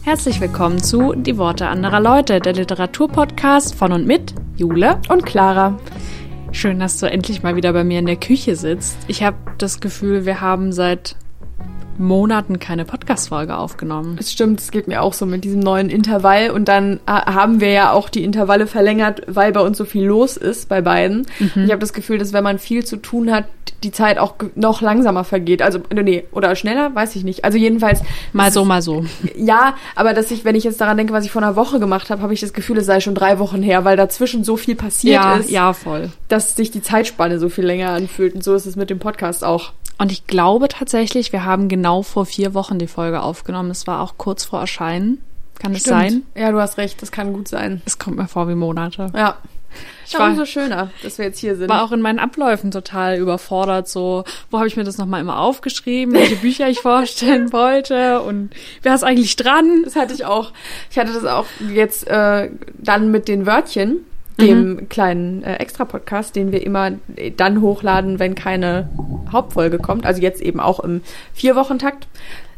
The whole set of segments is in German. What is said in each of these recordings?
Herzlich willkommen zu Die Worte anderer Leute, der Literaturpodcast von und mit Jule und Clara. Schön, dass du endlich mal wieder bei mir in der Küche sitzt. Ich habe das Gefühl, wir haben seit Monaten keine Podcast-Folge aufgenommen. Es stimmt, es geht mir auch so mit diesem neuen Intervall. Und dann haben wir ja auch die Intervalle verlängert, weil bei uns so viel los ist, bei beiden. Mhm. Ich habe das Gefühl, dass wenn man viel zu tun hat, die Zeit auch noch langsamer vergeht. Also, nee, oder schneller, weiß ich nicht. Also jedenfalls... Mal so. Ja, aber wenn ich jetzt daran denke, was ich vor einer Woche gemacht habe, habe ich das Gefühl, es sei schon 3 Wochen her, weil dazwischen so viel passiert ist. Ja, voll. Dass sich die Zeitspanne so viel länger anfühlt. Und so ist es mit dem Podcast auch. Und ich glaube tatsächlich, wir haben genau vor 4 Wochen die Folge aufgenommen. Es war auch kurz vor Erscheinen. Kann es sein? Ja, du hast recht, das kann gut sein. Es kommt mir vor wie Monate. Ja. War umso schöner, dass wir jetzt hier sind. War auch in meinen Abläufen total überfordert. So, wo habe ich mir das nochmal immer aufgeschrieben, welche Bücher ich vorstellen wollte und wer ist eigentlich dran? Das hatte ich auch. Ich hatte das auch jetzt dann mit den Wörtchen, dem kleinen Extra-Podcast, den wir immer dann hochladen, wenn keine Hauptfolge kommt. Also jetzt eben auch im 4-Wochen-Takt.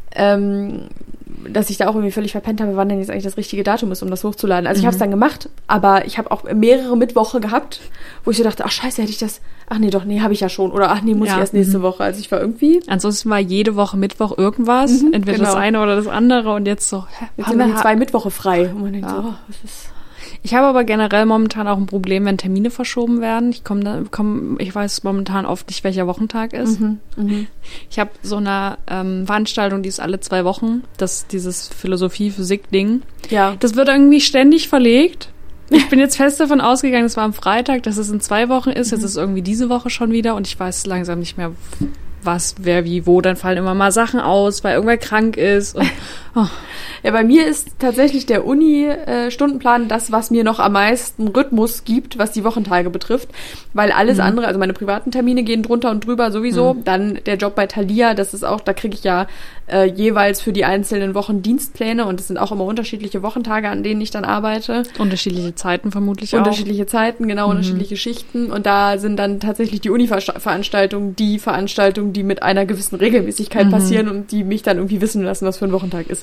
Dass ich da auch irgendwie völlig verpennt habe, wann denn jetzt eigentlich das richtige Datum ist, um das hochzuladen. Also ich habe es dann gemacht, aber ich habe auch mehrere Mittwoche gehabt, wo ich so dachte, ach scheiße, hätte ich das, habe ich ja schon. Oder ach nee, muss ich erst nächste Woche. Also ich war irgendwie... Ansonsten war jede Woche Mittwoch irgendwas, entweder das eine oder das andere und jetzt so... Jetzt sind wir 2 Mittwoche frei. Und man denkt so, was ist... Ich habe aber generell momentan auch ein Problem, wenn Termine verschoben werden. Ich weiß momentan oft nicht, welcher Wochentag ist. Ich habe so eine Veranstaltung, die ist alle 2 Wochen. Dieses Philosophie-Physik-Ding. Ja. Das wird irgendwie ständig verlegt. Ich bin jetzt fest davon ausgegangen, es war am Freitag, dass es in 2 Wochen ist. Jetzt ist es irgendwie diese Woche schon wieder und ich weiß langsam nicht mehr, was, wer, wie, wo. Dann fallen immer mal Sachen aus, weil irgendwer krank ist. Und, Ja, bei mir ist tatsächlich der Uni-Stundenplan das, was mir noch am meisten Rhythmus gibt, was die Wochentage betrifft. Weil alles andere, also meine privaten Termine gehen drunter und drüber sowieso. Dann der Job bei Thalia, das ist auch, da kriege ich ja jeweils für die einzelnen Wochen Dienstpläne und es sind auch immer unterschiedliche Wochentage, an denen ich dann arbeite. Unterschiedliche Zeiten vermutlich auch. Unterschiedliche Zeiten, genau, unterschiedliche Schichten. Und da sind dann tatsächlich die Uni-Veranstaltungen die Veranstaltungen, die mit einer gewissen Regelmäßigkeit passieren und die mich dann irgendwie wissen lassen, was für ein Wochentag ist.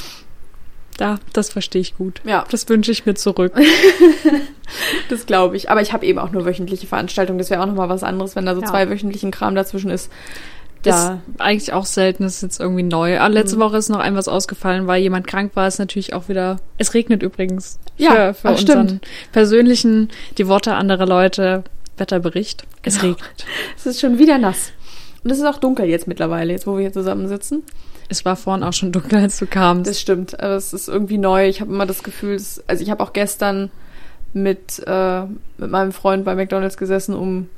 Ja, das verstehe ich gut. Ja. Das wünsche ich mir zurück. Das glaube ich. Aber ich habe eben auch nur wöchentliche Veranstaltungen. Das wäre auch nochmal was anderes, wenn da so 2 wöchentlichen Kram dazwischen ist. Ist eigentlich auch selten, ist jetzt irgendwie neu. Aber letzte Woche ist noch ein was ausgefallen, weil jemand krank war. Ist natürlich auch wieder... Es regnet übrigens für unseren persönlichen, die Worte anderer Leute, Wetterbericht. Es regnet. Es ist schon wieder nass. Und es ist auch dunkel jetzt mittlerweile, jetzt wo wir hier zusammensitzen. Es war vorhin auch schon dunkel, als du kamst. Das stimmt, aber es ist irgendwie neu. Ich habe immer das Gefühl, also ich habe auch gestern mit meinem Freund bei McDonald's gesessen um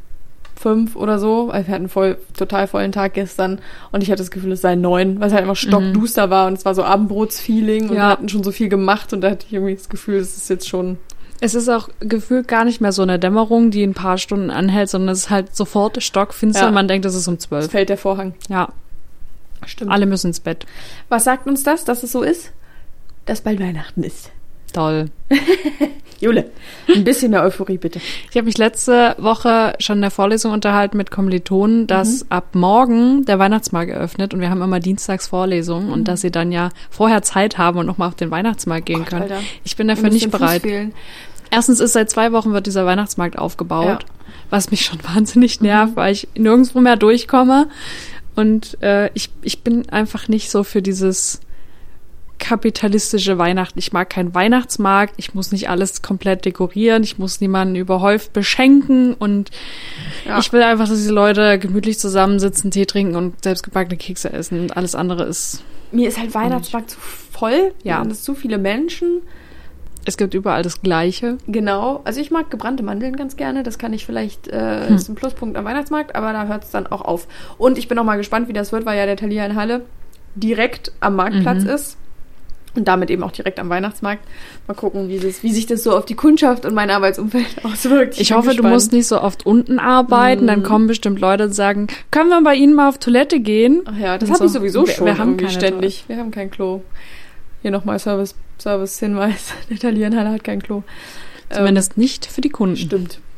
5 oder so. Also wir hatten total vollen Tag gestern und ich hatte das Gefühl, es sei 9, weil es halt einfach stockduster war und es war so Abendbrotsfeeling und wir hatten schon so viel gemacht und da hatte ich irgendwie das Gefühl, es ist jetzt schon... Es ist auch gefühlt gar nicht mehr so eine Dämmerung, die ein paar Stunden anhält, sondern es ist halt sofort stockfinster und man denkt, es ist um 12. Es fällt der Vorhang. Ja. Stimmt. Alle müssen ins Bett. Was sagt uns das, dass es so ist? Dass bald Weihnachten ist. Toll. Jule, ein bisschen mehr Euphorie, bitte. Ich habe mich letzte Woche schon in der Vorlesung unterhalten mit Kommilitonen, dass ab morgen der Weihnachtsmarkt eröffnet und wir haben immer dienstags Vorlesungen und dass sie dann ja vorher Zeit haben und nochmal auf den Weihnachtsmarkt gehen können. Alter. Ich bin dafür nicht bereit. Erstens ist seit 2 Wochen wird dieser Weihnachtsmarkt aufgebaut, was mich schon wahnsinnig nervt, weil ich nirgendwo mehr durchkomme. Und ich bin einfach nicht so für dieses kapitalistische Weihnachten. Ich mag keinen Weihnachtsmarkt, ich muss nicht alles komplett dekorieren, ich muss niemanden überhäuft beschenken und ich will einfach, dass diese Leute gemütlich zusammensitzen, Tee trinken und selbstgebackene Kekse essen und alles andere ist... Mir ist halt Weihnachtsmarkt zu voll, ja. Es zu viele Menschen. Es gibt überall das Gleiche. Genau. Also ich mag gebrannte Mandeln ganz gerne. Das kann ich vielleicht, ist ein Pluspunkt am Weihnachtsmarkt, aber da hört es dann auch auf. Und ich bin auch mal gespannt, wie das wird, weil ja der Thalia in Halle direkt am Marktplatz ist. Und damit eben auch direkt am Weihnachtsmarkt. Mal gucken, wie sich das so auf die Kundschaft und mein Arbeitsumfeld auswirkt. Ich hoffe, du musst nicht so oft unten arbeiten. Dann kommen bestimmt Leute und sagen, können wir bei Ihnen mal auf Toilette gehen? Ach ja, das habe ich sowieso schon. Wir haben ständig. Wir haben kein Klo. Hier nochmal Service-Hinweis. Der Thalia in Halle hat kein Klo. Zumindest nicht für die Kunden. Stimmt.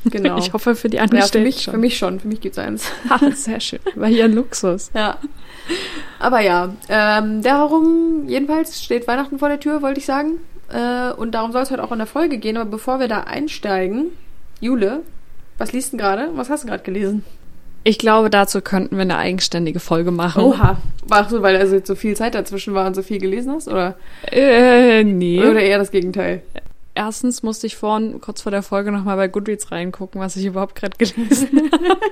Genau. Ich hoffe für die Angestellten für mich schon. Für mich gibt's eins. Sehr schön. War hier ein Luxus. Ja. Aber ja, darum jedenfalls steht Weihnachten vor der Tür, wollte ich sagen. Und darum soll es heute auch in der Folge gehen. Aber bevor wir da einsteigen, Jule, was liest du gerade? Was hast du gerade gelesen? Ich glaube, dazu könnten wir eine eigenständige Folge machen. Oha. War so, weil also jetzt so viel Zeit dazwischen war und so viel gelesen hast? Oder? Nee. Oder eher das Gegenteil? Erstens musste ich kurz vor der Folge nochmal bei Goodreads reingucken, was ich überhaupt gerade gelesen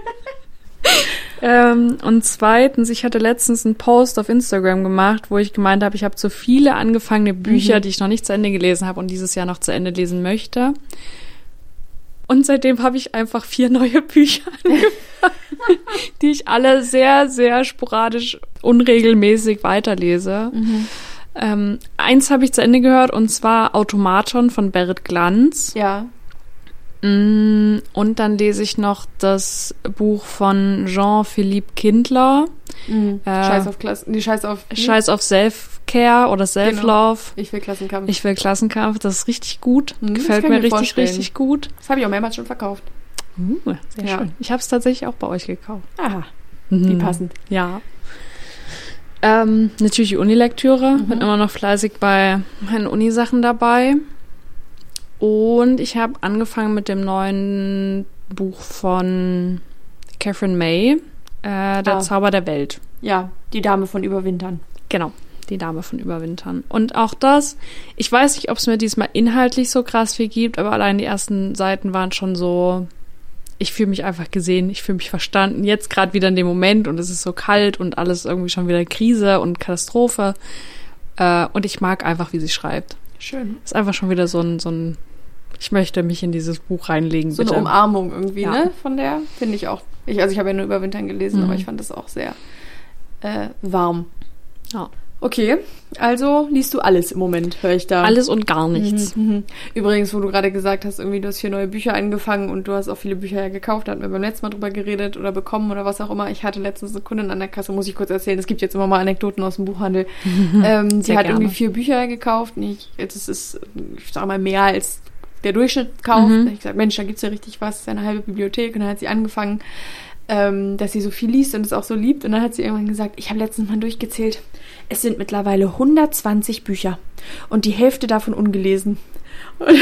habe. Und zweitens, ich hatte letztens einen Post auf Instagram gemacht, wo ich gemeint habe, ich habe zu viele angefangene Bücher, die ich noch nicht zu Ende gelesen habe und dieses Jahr noch zu Ende lesen möchte. Und seitdem habe ich einfach 4 neue Bücher angefangen, die ich alle sehr, sehr sporadisch, unregelmäßig weiterlese. Eins habe ich zu Ende gehört, und zwar Automaton von Berit Glanz. Ja. Und dann lese ich noch das Buch von Jean-Philippe Kindler. Scheiß auf Self-Care oder Self-Love. Genau. Ich will Klassenkampf. Das ist richtig gut. Gefällt mir richtig, richtig gut. Das habe ich auch mehrmals schon verkauft. Sehr schön. Ich habe es tatsächlich auch bei euch gekauft. Aha. Wie passend. Ja. Natürlich die Unilektüre. Bin immer noch fleißig bei meinen Unisachen dabei. Und ich habe angefangen mit dem neuen Buch von Catherine May, Der Zauber der Welt. Ja, die Dame von Überwintern. Genau, die Dame von Überwintern. Und auch das, ich weiß nicht, ob es mir diesmal inhaltlich so krass viel gibt, aber allein die ersten Seiten waren schon so, ich fühle mich einfach gesehen, ich fühle mich verstanden. Jetzt gerade wieder in dem Moment und es ist so kalt und alles irgendwie schon wieder Krise und Katastrophe. Und ich mag einfach, wie sie schreibt. Schön. Ist einfach schon wieder so ein ich möchte mich in dieses Buch reinlegen, so bitte. Eine Umarmung irgendwie, ne? Von der, finde ich auch. Ich habe ja nur Überwintern gelesen, aber ich fand das auch sehr warm. Ja. Okay, also liest du alles im Moment, höre ich da. Alles und gar nichts. Übrigens, wo du gerade gesagt hast, irgendwie du hast 4 neue Bücher angefangen und du hast auch viele Bücher ja gekauft, da hatten wir beim letzten Mal drüber geredet oder bekommen oder was auch immer. Ich hatte letztens eine Kundin an der Kasse, muss ich kurz erzählen, es gibt jetzt immer mal Anekdoten aus dem Buchhandel. Sie hat irgendwie 4 Bücher gekauft und ich sag mal, mehr als der Durchschnitt kauft. Ich gesagt, Mensch, da gibt's ja richtig was, das ist eine halbe Bibliothek. Und dann hat sie angefangen, dass sie so viel liest und es auch so liebt. Und dann hat sie irgendwann gesagt, ich habe letztens mal durchgezählt, es sind mittlerweile 120 Bücher und die Hälfte davon ungelesen. Und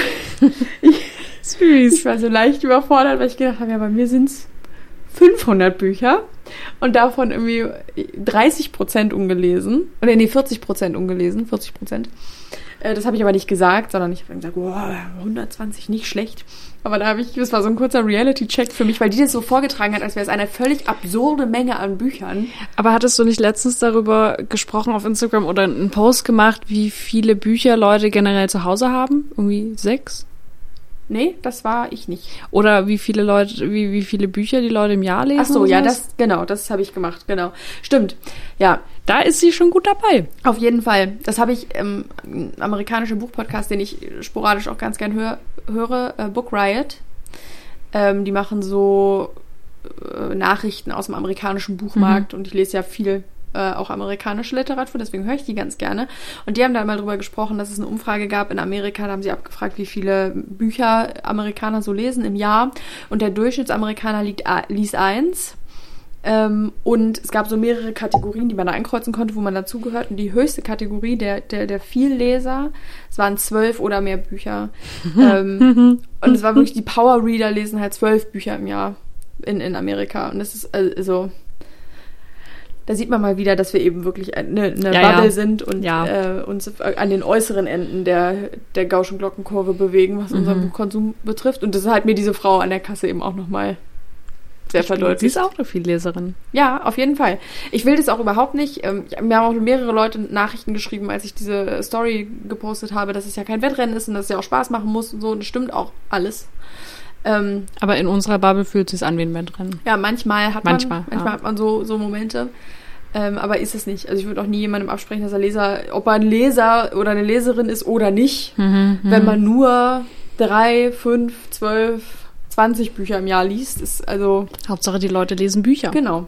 süß. Ich war so leicht überfordert, weil ich gedacht habe, ja, bei mir sind's 500 Bücher und davon irgendwie 30% ungelesen. Oder nee, 40% ungelesen, 40%. Das habe ich aber nicht gesagt, sondern ich habe gesagt, wow, 120, nicht schlecht. Aber das war so ein kurzer Reality-Check für mich, weil die das so vorgetragen hat, als wäre es eine völlig absurde Menge an Büchern. Aber hattest du nicht letztens darüber gesprochen auf Instagram oder einen Post gemacht, wie viele Bücher Leute generell zu Hause haben? Irgendwie 6? Nee, das war ich nicht. Oder wie viele Bücher die Leute im Jahr lesen? Ach so, ja, das habe ich gemacht, genau. Stimmt, ja. Da ist sie schon gut dabei. Auf jeden Fall. Das habe ich im amerikanischen Buchpodcast, den ich sporadisch auch ganz gern höre, Book Riot. Die machen so Nachrichten aus dem amerikanischen Buchmarkt und ich lese ja viel auch amerikanische Literatur, deswegen höre ich die ganz gerne. Und die haben da mal drüber gesprochen, dass es eine Umfrage gab in Amerika, da haben sie abgefragt, wie viele Bücher Amerikaner so lesen im Jahr. Und der Durchschnittsamerikaner liest 1. Und es gab so mehrere Kategorien, die man da einkreuzen konnte, wo man dazugehört. Und die höchste Kategorie der Vielleser, es waren 12 oder mehr Bücher. Und es war wirklich, die Power Reader lesen halt 12 Bücher im Jahr in Amerika. Und das ist also, da sieht man mal wieder, dass wir eben wirklich eine Bubble sind und uns an den äußeren Enden der Gaußschen Glockenkurve bewegen, was unseren Buchkonsum betrifft. Und das hat mir diese Frau an der Kasse eben auch nochmal sehr verdeutlicht. Sie ist auch eine Vielleserin. Ja, auf jeden Fall. Ich will das auch überhaupt nicht. Mir haben auch mehrere Leute Nachrichten geschrieben, als ich diese Story gepostet habe, dass es ja kein Wettrennen ist und dass es ja auch Spaß machen muss und so. Und das stimmt auch alles. Aber in unserer Bubble fühlt es sich an wie ein Wettrennen. Ja, manchmal hat man so Momente. Aber ist es nicht. Also ich würde auch nie jemandem absprechen, dass ob er ein Leser oder eine Leserin ist oder nicht. Wenn man nur 3, 5, 12, 20 Bücher im Jahr liest, ist also... Hauptsache, die Leute lesen Bücher. Genau.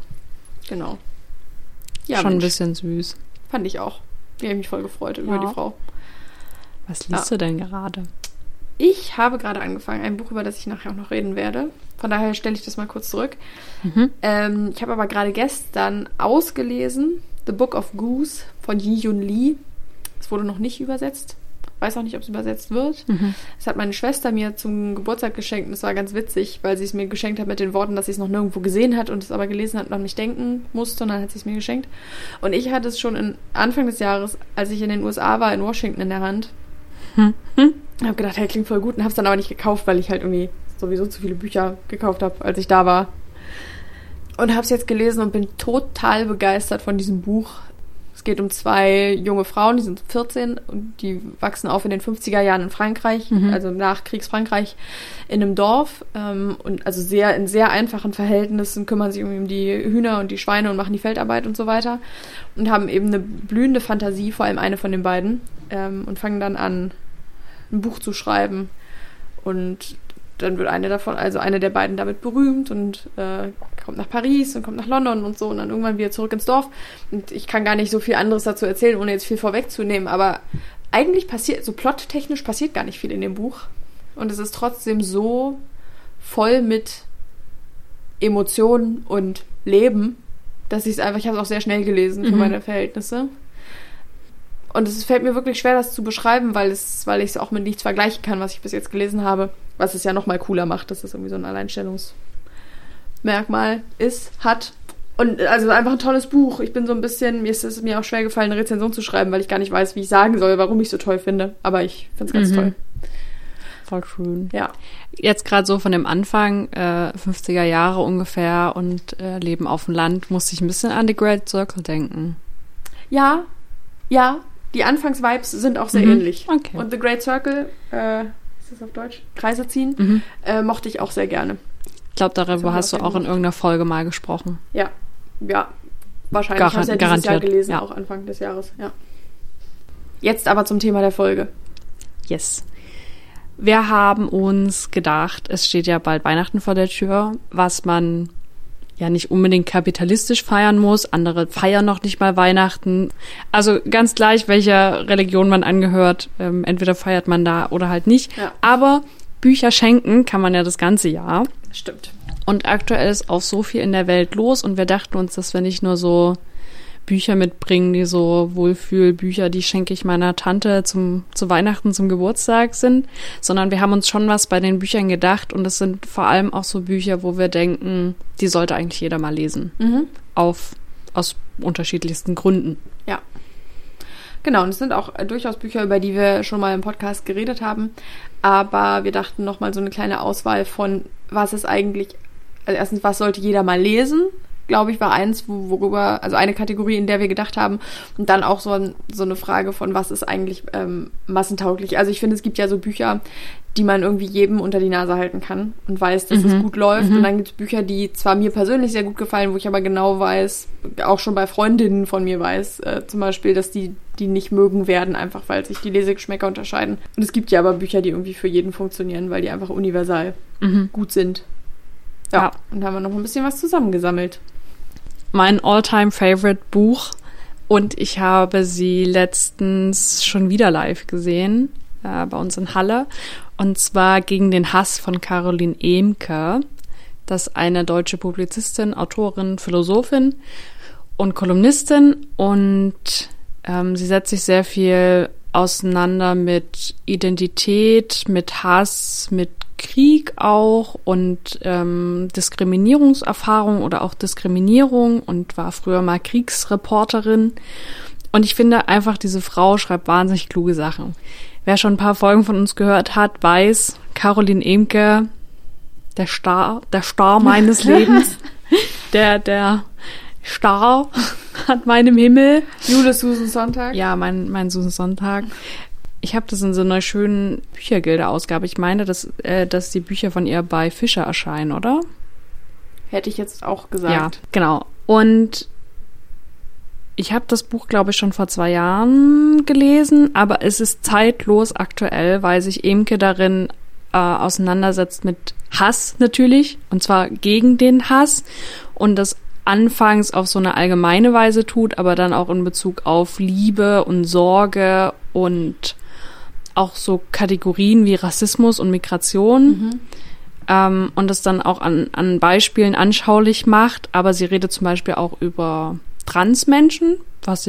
Ja, schon Mensch. Ein bisschen süß. Fand ich auch. Ich habe mich voll gefreut über die Frau. Was liest du denn gerade? Ich habe gerade angefangen, ein Buch, über das ich nachher auch noch reden werde. Von daher stelle ich das mal kurz zurück. Ich habe aber gerade gestern ausgelesen The Book of Goose von Ji-Yun Lee. Es wurde noch nicht übersetzt. Weiß auch nicht, ob es übersetzt wird. Das hat meine Schwester mir zum Geburtstag geschenkt und es war ganz witzig, weil sie es mir geschenkt hat mit den Worten, dass sie es noch nirgendwo gesehen hat und es aber gelesen hat und an mich denken musste und dann hat sie es mir geschenkt. Und ich hatte es schon Anfang des Jahres, als ich in den USA war, in Washington in der Hand. Habe gedacht, hey, klingt voll gut und habe es dann aber nicht gekauft, weil ich halt irgendwie sowieso zu viele Bücher gekauft habe, als ich da war. Und habe es jetzt gelesen und bin total begeistert von diesem Buch. Es geht um 2 junge Frauen, die sind 14 und die wachsen auf in den 50er Jahren in Frankreich, also nach Kriegsfrankreich, in einem Dorf und also in sehr einfachen Verhältnissen kümmern sich um die Hühner und die Schweine und machen die Feldarbeit und so weiter und haben eben eine blühende Fantasie, vor allem eine von den beiden, und fangen dann an, ein Buch zu schreiben und dann wird eine der beiden damit berühmt und kommt nach Paris und kommt nach London und so und dann irgendwann wieder zurück ins Dorf. Und ich kann gar nicht so viel anderes dazu erzählen, ohne jetzt viel vorwegzunehmen, aber eigentlich passiert, so plottechnisch passiert gar nicht viel in dem Buch. Und es ist trotzdem so voll mit Emotionen und Leben, dass ich habe es auch sehr schnell gelesen für meine Verhältnisse. Und es fällt mir wirklich schwer, das zu beschreiben, weil ich es auch mit nichts vergleichen kann, was ich bis jetzt gelesen habe. Was es ja noch mal cooler macht, dass es irgendwie so ein Alleinstellungsmerkmal hat. Und also einfach ein tolles Buch. Ich bin so ein bisschen, mir ist es mir auch schwer gefallen, eine Rezension zu schreiben, weil ich gar nicht weiß, wie ich sagen soll, warum ich es so toll finde. Aber ich finde es ganz toll. Voll schön. Ja. Jetzt gerade so von dem Anfang, 50er Jahre ungefähr und Leben auf dem Land, musste ich ein bisschen an The Great Circle denken. Ja. Die Anfangsvibes sind auch sehr ähnlich. Okay. Und The Great Circle, ist das auf Deutsch? Kreise ziehen, mochte ich auch sehr gerne. Ich glaube, darüber hast du auch in irgendeiner Folge mal gesprochen. Ja, wahrscheinlich. Ich habe es ja dieses Jahr gelesen, auch Anfang des Jahres. Ja. Jetzt aber zum Thema der Folge. Yes. Wir haben uns gedacht, es steht ja bald Weihnachten vor der Tür, was man ja nicht unbedingt kapitalistisch feiern muss. Andere feiern noch nicht mal Weihnachten. Also ganz gleich, welcher Religion man angehört. Entweder feiert man da oder halt nicht. Ja. Aber Bücher schenken kann man ja das ganze Jahr. Stimmt. Und aktuell ist auch so viel in der Welt los. Und wir dachten uns, dass wir nicht nur so Bücher mitbringen, die so Wohlfühlbücher, die schenke ich meiner Tante zu Weihnachten, zum Geburtstag sind, sondern wir haben uns schon was bei den Büchern gedacht und es sind vor allem auch so Bücher, wo wir denken, die sollte eigentlich jeder mal lesen. Aus unterschiedlichsten Gründen. Ja. Genau, und es sind auch durchaus Bücher, über die wir schon mal im Podcast geredet haben, aber wir dachten nochmal so eine kleine Auswahl von, was ist eigentlich, also erstens, was sollte jeder mal lesen, glaube ich, war eins, also eine Kategorie, in der wir gedacht haben. Und dann auch so eine Frage von, was ist eigentlich massentauglich. Also ich finde, es gibt ja so Bücher, die man irgendwie jedem unter die Nase halten kann und weiß, dass es gut läuft. Und dann gibt es Bücher, die zwar mir persönlich sehr gut gefallen, wo ich aber genau weiß, auch schon bei Freundinnen von mir weiß, zum Beispiel, dass die nicht mögen werden, einfach weil sich die Lesegeschmäcker unterscheiden. Und es gibt ja aber Bücher, die irgendwie für jeden funktionieren, weil die einfach universal gut sind. Ja, und da haben wir noch ein bisschen was zusammengesammelt. Mein All-Time-Favorite-Buch und ich habe sie letztens schon wieder live gesehen, bei uns in Halle, und zwar Gegen den Hass von Caroline Emke. Das ist eine deutsche Publizistin, Autorin, Philosophin und Kolumnistin und sie setzt sich sehr viel auseinander mit Identität, mit Hass, mit Krieg auch und Diskriminierungserfahrung oder auch Diskriminierung und war früher mal Kriegsreporterin. Und ich finde einfach, diese Frau schreibt wahnsinnig kluge Sachen. Wer schon ein paar Folgen von uns gehört hat, weiß, Caroline Emke, der Star meines Lebens, der Star an meinem Himmel. Jule Susan Sonntag. Ja, mein Susan Sonntag. Ich habe das in so einer schönen Büchergilde-Ausgabe. Ich meine, dass die Bücher von ihr bei Fischer erscheinen, oder? Hätte ich jetzt auch gesagt. Ja, genau. Und ich habe das Buch, glaube ich, schon vor 2 Jahren gelesen, aber es ist zeitlos aktuell, weil sich Emke darin auseinandersetzt mit Hass natürlich, und zwar gegen den Hass und das anfangs auf so eine allgemeine Weise tut, aber dann auch in Bezug auf Liebe und Sorge und auch so Kategorien wie Rassismus und Migration und das dann auch an Beispielen anschaulich macht. Aber sie redet zum Beispiel auch über Transmenschen, was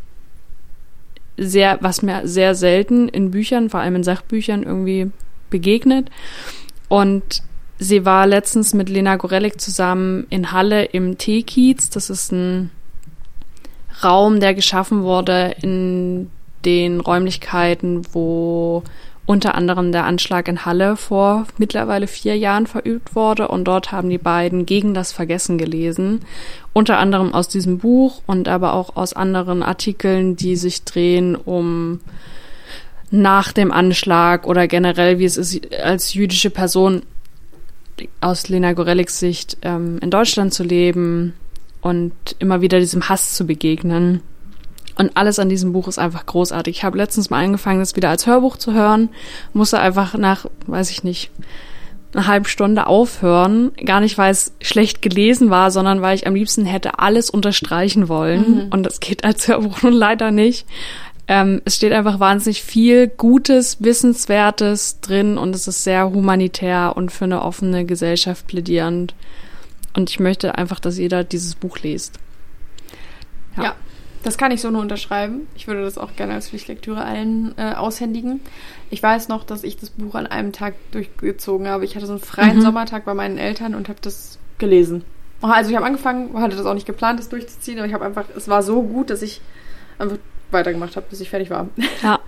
mir sehr selten in Büchern, vor allem in Sachbüchern, irgendwie begegnet. Und sie war letztens mit Lena Gorelik zusammen in Halle im Teekiez. Das ist ein Raum, der geschaffen wurde in den Räumlichkeiten, wo unter anderem der Anschlag in Halle vor mittlerweile 4 Jahren verübt wurde. Und dort haben die beiden Gegen das Vergessen gelesen. Unter anderem aus diesem Buch und aber auch aus anderen Artikeln, die sich drehen um nach dem Anschlag oder generell, wie es ist, als jüdische Person aus Lena Goreliks Sicht in Deutschland zu leben und immer wieder diesem Hass zu begegnen. Und alles an diesem Buch ist einfach großartig. Ich habe letztens mal angefangen, das wieder als Hörbuch zu hören, musste einfach nach, weiß ich nicht, eine halbe Stunde aufhören. Gar nicht, weil es schlecht gelesen war, sondern weil ich am liebsten hätte alles unterstreichen wollen. Und das geht als Hörbuch nun leider nicht. Es steht einfach wahnsinnig viel Gutes, Wissenswertes drin und es ist sehr humanitär und für eine offene Gesellschaft plädierend. Und ich möchte einfach, dass jeder dieses Buch liest. Ja, das kann ich so nur unterschreiben. Ich würde das auch gerne als Pflichtlektüre allen aushändigen. Ich weiß noch, dass ich das Buch an einem Tag durchgezogen habe. Ich hatte so einen freien Sommertag bei meinen Eltern und habe das gelesen. Also ich habe angefangen, hatte das auch nicht geplant, das durchzuziehen, aber ich habe einfach, es war so gut, dass ich einfach weitergemacht habe, bis ich fertig war. Ja.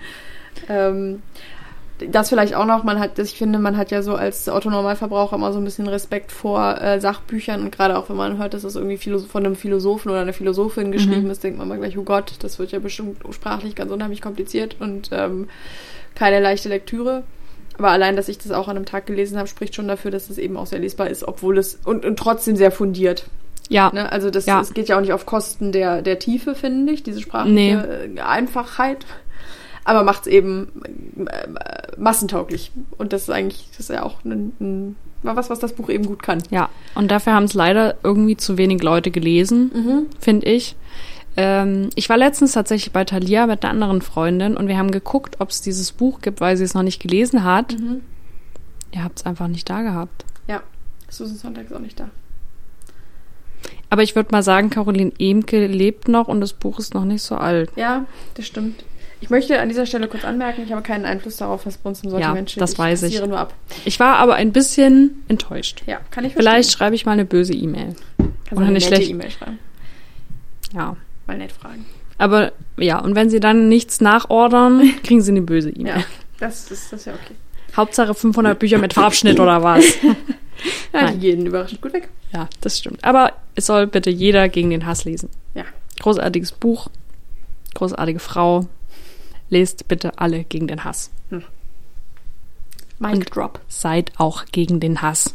Das vielleicht auch noch, ich finde, man hat ja so als Otto-Normalverbraucher immer so ein bisschen Respekt vor Sachbüchern und gerade auch wenn man hört, dass das irgendwie von einem Philosophen oder einer Philosophin geschrieben ist, denkt man mal gleich, oh Gott, das wird ja bestimmt sprachlich ganz unheimlich kompliziert und keine leichte Lektüre. Aber allein, dass ich das auch an einem Tag gelesen habe, spricht schon dafür, dass es eben auch sehr lesbar ist, obwohl es und trotzdem sehr fundiert. Ja. Ne? Also es geht ja auch nicht auf Kosten der Tiefe, finde ich, diese sprachliche Einfachheit. Aber macht es eben massentauglich. Und das ist ja auch was das Buch eben gut kann. Ja, und dafür haben es leider irgendwie zu wenig Leute gelesen, finde ich. Ich war letztens tatsächlich bei Thalia mit einer anderen Freundin und wir haben geguckt, ob es dieses Buch gibt, weil sie es noch nicht gelesen hat. Ihr habt es einfach nicht da gehabt. Ja, Susan Sontag ist auch nicht da. Aber ich würde mal sagen, Caroline Ehmke lebt noch und das Buch ist noch nicht so alt. Ja, das stimmt. Ich möchte an dieser Stelle kurz anmerken, ich habe keinen Einfluss darauf, was bei uns im Sortiment steht. Ja, das weiß ich. Ich kassiere nur ab. Ich war aber ein bisschen enttäuscht. Ja, kann ich verstehen. Vielleicht schreibe ich mal eine böse E-Mail. Kannst du eine nette E-Mail schreiben. Ja. Mal nett fragen. Aber ja, und wenn sie dann nichts nachordern, kriegen sie eine böse E-Mail. Ja, das ist ja okay. Hauptsache 500 Bücher mit Farbschnitt oder was? Ja, die gehen überraschend gut weg. Ja, das stimmt. Aber es soll bitte jeder Gegen den Hass lesen. Ja. Großartiges Buch, großartige Frau. Lest bitte alle Gegen den Hass. Mic drop. Seid auch gegen den Hass.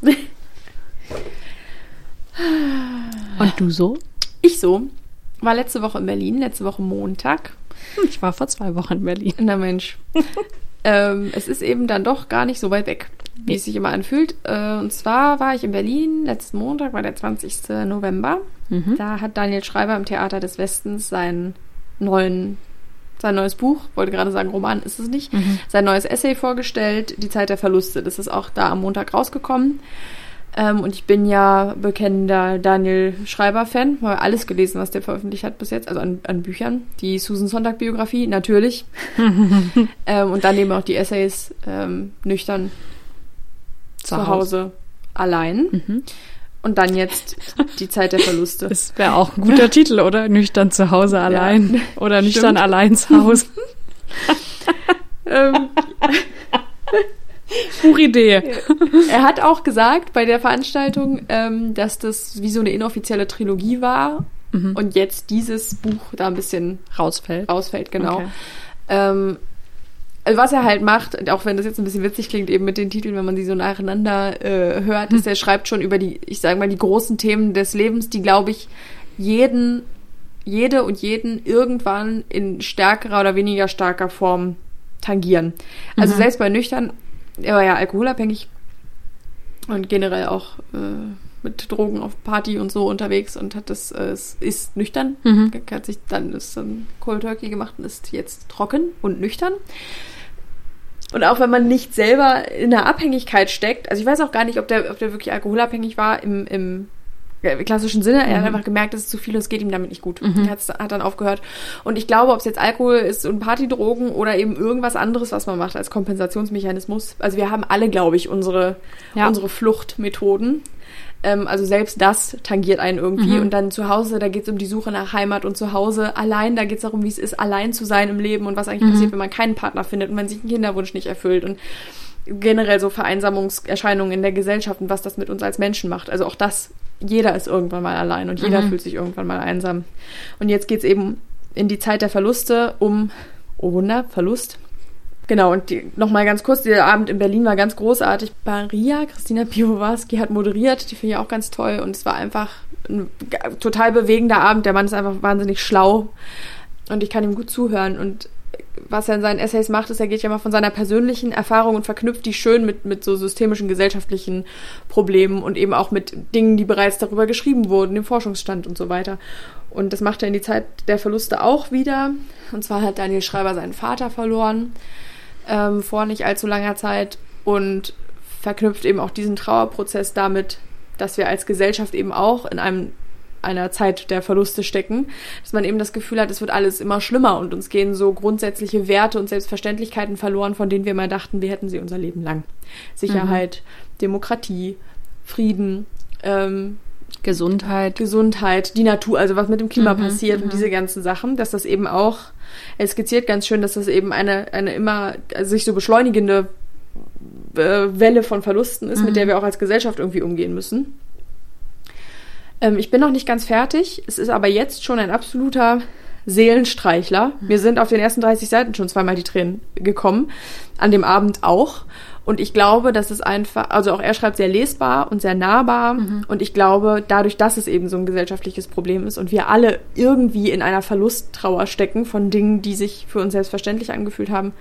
Und du so? Ich so. War letzte Woche in Berlin, letzte Woche Montag. Ich war vor 2 Wochen in Berlin. Na Mensch. Es ist eben dann doch gar nicht so weit weg, wie es sich immer anfühlt. Und zwar war ich in Berlin, letzten Montag, war der 20. November. Da hat Daniel Schreiber im Theater des Westens sein neues Buch, wollte gerade sagen Roman, ist es nicht, sein neues Essay vorgestellt, Die Zeit der Verluste. Das ist auch da am Montag rausgekommen. Und ich bin ja bekennender Daniel Schreiber-Fan, habe alles gelesen, was der veröffentlicht hat bis jetzt, also an Büchern. Die Susan Sontag-Biografie, natürlich. Und dann eben auch die Essays nüchtern zu Hause allein. Und dann jetzt Die Zeit der Verluste. Das wäre auch ein guter Titel, oder? Nüchtern zu Hause allein. Ja, oder nüchtern allein zu Hause. Buchidee. Er hat auch gesagt bei der Veranstaltung, dass das wie so eine inoffizielle Trilogie war und jetzt dieses Buch da ein bisschen rausfällt, genau. Okay. Also was er halt macht, auch wenn das jetzt ein bisschen witzig klingt, eben mit den Titeln, wenn man sie so nacheinander hört, ist, er schreibt schon über die großen Themen des Lebens, die, glaube ich, jede und jeden irgendwann in stärkerer oder weniger starker Form tangieren. Also selbst bei nüchtern, er war ja alkoholabhängig und generell auch mit Drogen auf Party und so unterwegs und hat ist nüchtern, ist dann Cold Turkey gemacht und ist jetzt trocken und nüchtern. Und auch wenn man nicht selber in einer Abhängigkeit steckt, also ich weiß auch gar nicht, ob der wirklich alkoholabhängig war im klassischen Sinne. Er hat einfach gemerkt, es ist zu viel und es geht ihm damit nicht gut. Er hat dann aufgehört. Und ich glaube, ob es jetzt Alkohol ist und Partydrogen oder eben irgendwas anderes, was man macht als Kompensationsmechanismus. Also wir haben alle, glaube ich, unsere Fluchtmethoden. Also selbst das tangiert einen irgendwie. Und dann zu Hause, da geht es um die Suche nach Heimat und zu Hause allein, da geht es darum, wie es ist, allein zu sein im Leben und was eigentlich passiert, wenn man keinen Partner findet und man sich einen Kinderwunsch nicht erfüllt und generell so Vereinsamungserscheinungen in der Gesellschaft und was das mit uns als Menschen macht. Also auch das, jeder ist irgendwann mal allein und jeder fühlt sich irgendwann mal einsam. Und jetzt geht's eben in die Zeit der Verluste um, oh Wunder, Verlust. Genau, und nochmal ganz kurz, dieser Abend in Berlin war ganz großartig. Christina Piwowarski hat moderiert, die finde ich auch ganz toll und es war einfach ein total bewegender Abend. Der Mann ist einfach wahnsinnig schlau und ich kann ihm gut zuhören und was er in seinen Essays macht, ist, er geht ja mal von seiner persönlichen Erfahrung und verknüpft die schön mit so systemischen gesellschaftlichen Problemen und eben auch mit Dingen, die bereits darüber geschrieben wurden, dem Forschungsstand und so weiter. Und das macht er in die Zeit der Verluste auch wieder. Und zwar hat Daniel Schreiber seinen Vater verloren, vor nicht allzu langer Zeit und verknüpft eben auch diesen Trauerprozess damit, dass wir als Gesellschaft eben auch in einer Zeit der Verluste stecken, dass man eben das Gefühl hat, es wird alles immer schlimmer und uns gehen so grundsätzliche Werte und Selbstverständlichkeiten verloren, von denen wir mal dachten, wir hätten sie unser Leben lang. Sicherheit, Demokratie, Frieden, Gesundheit, die Natur, also was mit dem Klima passiert und diese ganzen Sachen, dass das eben auch, er skizziert ganz schön, dass das eben eine immer sich so beschleunigende Welle von Verlusten ist, mit der wir auch als Gesellschaft irgendwie umgehen müssen. Ich bin noch nicht ganz fertig. Es ist aber jetzt schon ein absoluter Seelenstreichler. Mir sind auf den ersten 30 Seiten schon zweimal die Tränen gekommen. An dem Abend auch. Und ich glaube, dass es einfach, also auch er schreibt sehr lesbar und sehr nahbar. Und ich glaube, dadurch, dass es eben so ein gesellschaftliches Problem ist und wir alle irgendwie in einer Verlusttrauer stecken von Dingen, die sich für uns selbstverständlich angefühlt haben,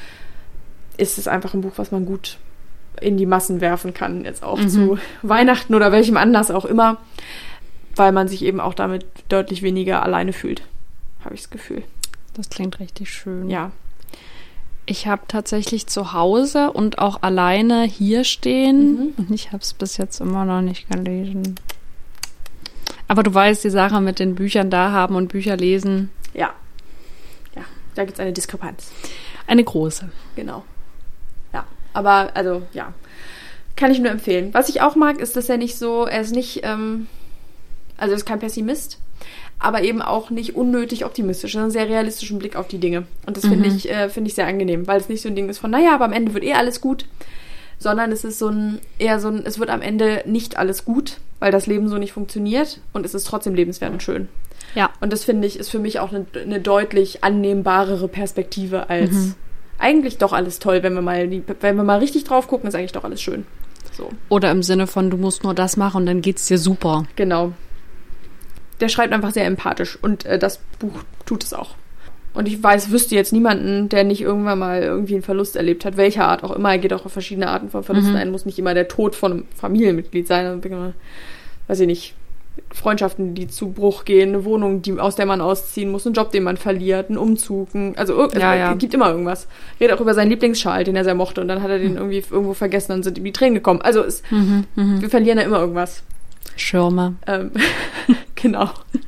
ist es einfach ein Buch, was man gut in die Massen werfen kann. Jetzt auch zu Weihnachten oder welchem Anlass auch immer. Weil man sich eben auch damit deutlich weniger alleine fühlt, habe ich das Gefühl. Das klingt richtig schön. Ja. Ich habe tatsächlich zu Hause und auch alleine hier stehen und ich habe es bis jetzt immer noch nicht gelesen. Aber du weißt, die Sache mit den Büchern da haben und Bücher lesen. Ja. Ja, da gibt es eine Diskrepanz. Eine große. Genau. Ja, aber also ja, kann ich nur empfehlen. Was ich auch mag, ist, dass er ist nicht... Also er ist kein Pessimist, aber eben auch nicht unnötig optimistisch. Er hat einen sehr realistischen Blick auf die Dinge. Und das finde ich sehr angenehm, weil es nicht so ein Ding ist von, naja, aber am Ende wird alles gut, sondern es ist es wird am Ende nicht alles gut, weil das Leben so nicht funktioniert und es ist trotzdem lebenswert und schön. Ja. Und das finde ich, ist für mich auch eine deutlich annehmbarere Perspektive als eigentlich doch alles toll, wenn wir mal richtig drauf gucken, ist eigentlich doch alles schön. So. Oder im Sinne von, du musst nur das machen und dann geht's dir super. Genau. Der schreibt einfach sehr empathisch und das Buch tut es auch. Und ich wüsste jetzt niemanden, der nicht irgendwann mal irgendwie einen Verlust erlebt hat, welcher Art auch immer. Er geht auch auf verschiedene Arten von Verlusten ein, muss nicht immer der Tod von einem Familienmitglied sein. Weiß ich nicht, Freundschaften, die zu Bruch gehen, eine Wohnung, aus der man ausziehen muss, einen Job, den man verliert, einen Umzug, es gibt immer irgendwas. Redet auch über seinen Lieblingsschal, den er sehr mochte und dann hat er den irgendwie irgendwo vergessen, dann sind ihm die Tränen gekommen. Also wir verlieren ja immer irgendwas. Schirme. Genau.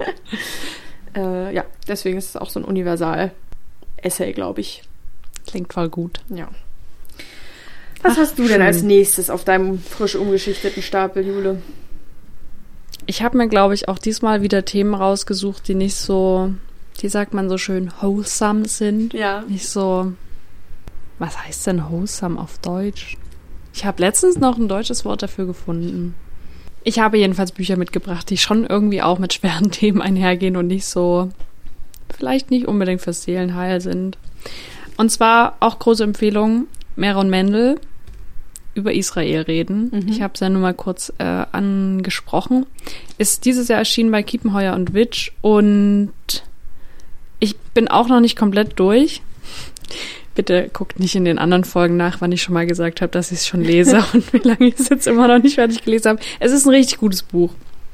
Ja, deswegen ist es auch so ein Universal-Essay, glaube ich. Klingt voll gut. Ja. Was hast du denn als nächstes auf deinem frisch umgeschichteten Stapel, Jule? Ich habe mir, glaube ich, auch diesmal wieder Themen rausgesucht, die nicht so, wie sagt man so schön, wholesome sind. Ja. Nicht so, was heißt denn wholesome auf Deutsch? Ich habe letztens noch ein deutsches Wort dafür gefunden. Ich habe jedenfalls Bücher mitgebracht, die schon irgendwie auch mit schweren Themen einhergehen und nicht so, vielleicht nicht unbedingt fürs Seelenheil sind. Und zwar auch große Empfehlung, Meron Mendel, über Israel reden. Ich habe es ja nur mal kurz angesprochen. Ist dieses Jahr erschienen bei Kiepenheuer und Witsch und ich bin auch noch nicht komplett durch. Bitte guckt nicht in den anderen Folgen nach, wann ich schon mal gesagt habe, dass ich es schon lese und wie lange ich es jetzt immer noch nicht fertig gelesen habe. Es ist ein richtig gutes Buch.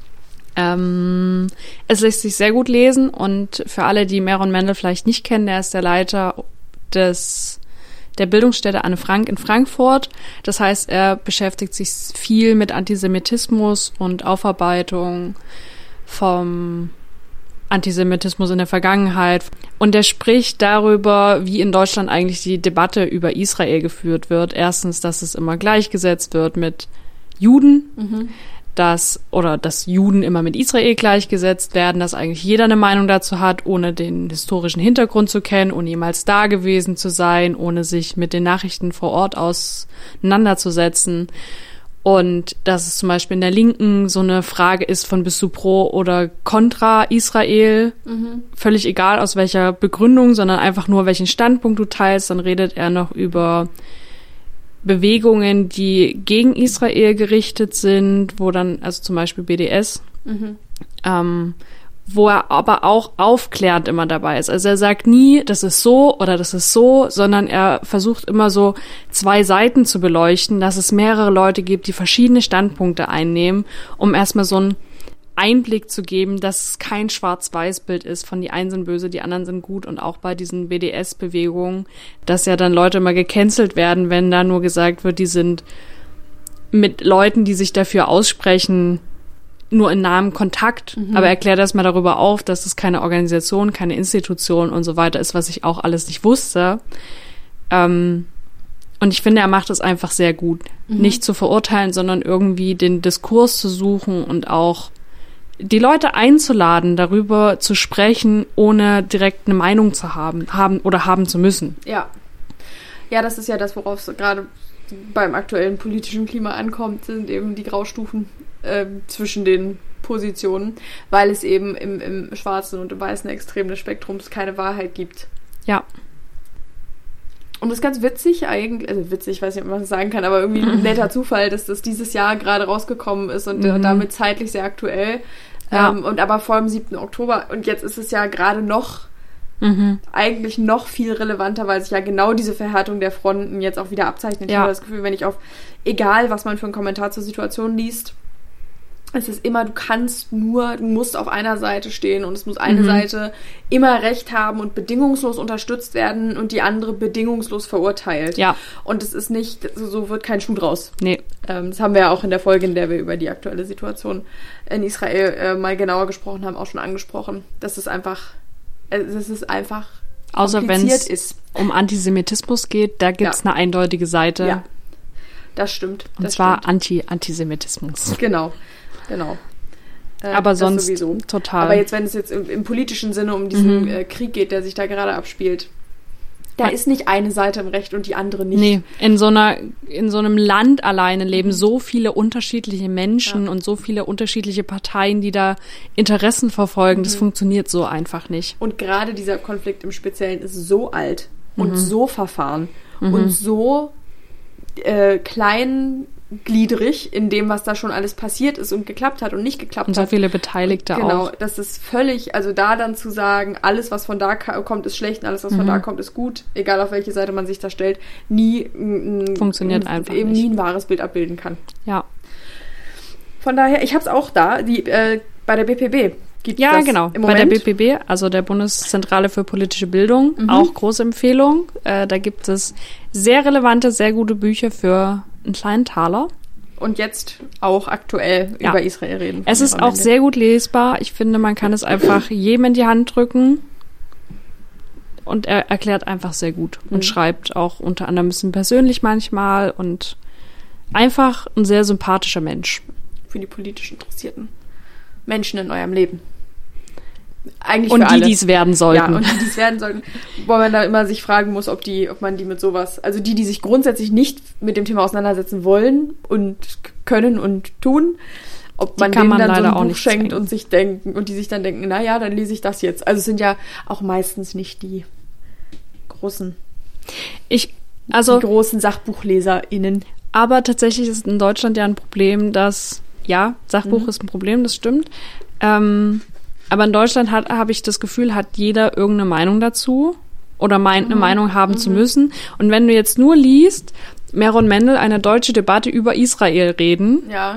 Es lässt sich sehr gut lesen und für alle, die Meron Mendel vielleicht nicht kennen, der ist der Leiter des der Bildungsstätte Anne Frank in Frankfurt. Das heißt, er beschäftigt sich viel mit Antisemitismus und Aufarbeitung vom Antisemitismus in der Vergangenheit. Und er spricht darüber, wie in Deutschland eigentlich die Debatte über Israel geführt wird. Erstens, dass es immer gleichgesetzt wird mit Juden, dass Juden immer mit Israel gleichgesetzt werden, dass eigentlich jeder eine Meinung dazu hat, ohne den historischen Hintergrund zu kennen, ohne jemals da gewesen zu sein, ohne sich mit den Nachrichten vor Ort auseinanderzusetzen. Und dass es zum Beispiel in der Linken so eine Frage ist von bist du pro oder contra Israel, völlig egal aus welcher Begründung, sondern einfach nur welchen Standpunkt du teilst. Dann redet er noch über Bewegungen, die gegen Israel gerichtet sind, wo dann, also zum Beispiel BDS, wo er aber auch aufklärend immer dabei ist. Also er sagt nie, das ist so oder das ist so, sondern er versucht immer so 2 Seiten zu beleuchten, dass es mehrere Leute gibt, die verschiedene Standpunkte einnehmen, um erstmal so einen Einblick zu geben, dass es kein Schwarz-Weiß-Bild ist von die einen sind böse, die anderen sind gut. Und auch bei diesen BDS-Bewegungen, dass ja dann Leute immer gecancelt werden, wenn da nur gesagt wird, die sind mit Leuten, die sich dafür aussprechen, nur in nahem Kontakt, aber erklärt erst mal darüber auf, dass es keine Organisation, keine Institution und so weiter ist, was ich auch alles nicht wusste. Und ich finde, er macht es einfach sehr gut. Nicht zu verurteilen, sondern irgendwie den Diskurs zu suchen und auch die Leute einzuladen, darüber zu sprechen, ohne direkt eine Meinung zu haben zu müssen. Ja. Ja, das ist ja das, worauf es gerade beim aktuellen politischen Klima ankommt, sind eben die Graustufen zwischen den Positionen, weil es eben im schwarzen und im weißen Extrem des Spektrums keine Wahrheit gibt. Ja. Und das ist ganz witzig eigentlich, also witzig, ich weiß nicht, ob man das sagen kann, aber irgendwie ein netter Zufall, dass das dieses Jahr gerade rausgekommen ist und damit zeitlich sehr aktuell. Ja. Und aber vor dem 7. Oktober. Und jetzt ist es ja gerade noch eigentlich noch viel relevanter, weil sich ja genau diese Verhärtung der Fronten jetzt auch wieder abzeichnet. Ich habe das Gefühl, wenn ich egal was man für einen Kommentar zur Situation liest, es ist immer, du musst auf einer Seite stehen und es muss eine Seite immer Recht haben und bedingungslos unterstützt werden und die andere bedingungslos verurteilt. Ja. Und es ist nicht, so wird kein Schuh draus. Nee. Das haben wir ja auch in der Folge, in der wir über die aktuelle Situation in Israel mal genauer gesprochen haben, auch schon angesprochen, dass es einfach außer wenn es um Antisemitismus geht, da gibt es eine eindeutige Seite. Ja, das stimmt. Und zwar Antisemitismus. Genau. Aber sonst sowieso. Total. Aber jetzt, wenn es jetzt im politischen Sinne um diesen Krieg geht, der sich da gerade abspielt, da ist nicht eine Seite im Recht und die andere nicht. Nee, in so einem Land alleine leben so viele unterschiedliche Menschen und so viele unterschiedliche Parteien, die da Interessen verfolgen. Das funktioniert so einfach nicht. Und gerade dieser Konflikt im Speziellen ist so alt und so verfahren und so kleingliedrig in dem, was da schon alles passiert ist und geklappt hat und nicht geklappt hat. Und so viele Beteiligte auch. Genau, das ist völlig, also da dann zu sagen, alles, was von da kommt, ist schlecht und alles, was von da kommt, ist gut, egal auf welche Seite man sich da stellt, funktioniert einfach eben nicht. Nie ein wahres Bild abbilden kann. Ja. Von daher, ich habe es auch da, bei der BPB. Ja, genau. Bei der BPB, also der Bundeszentrale für politische Bildung, auch große Empfehlung. Da gibt es sehr relevante, sehr gute Bücher für einen kleinen Taler. Und jetzt auch aktuell über Israel reden. Es ist auch sehr gut lesbar. Ich finde, man kann es einfach jedem in die Hand drücken. Und er erklärt einfach sehr gut. Und schreibt auch unter anderem ein bisschen persönlich manchmal. Und einfach ein sehr sympathischer Mensch. Für die politisch interessierten Menschen in eurem Leben. Eigentlich und für alle. Die es werden sollten. Ja, und die es werden sollten. Wo man da immer sich fragen muss, ob man die mit sowas, also die sich grundsätzlich nicht mit dem Thema auseinandersetzen wollen und können und tun, ob man denen dann so ein Buch schenkt und sich denken, und die sich dann denken, naja, dann lese ich das jetzt. Also es sind ja auch meistens nicht die großen SachbuchleserInnen. Aber tatsächlich ist in Deutschland ja ein Problem, dass, Sachbuch ist ein Problem, das stimmt. Aber in Deutschland habe ich das Gefühl, hat jeder irgendeine Meinung dazu oder meint, eine Meinung haben zu müssen. Und wenn du jetzt nur liest, Meron Mendel, eine deutsche Debatte über Israel reden. Ja.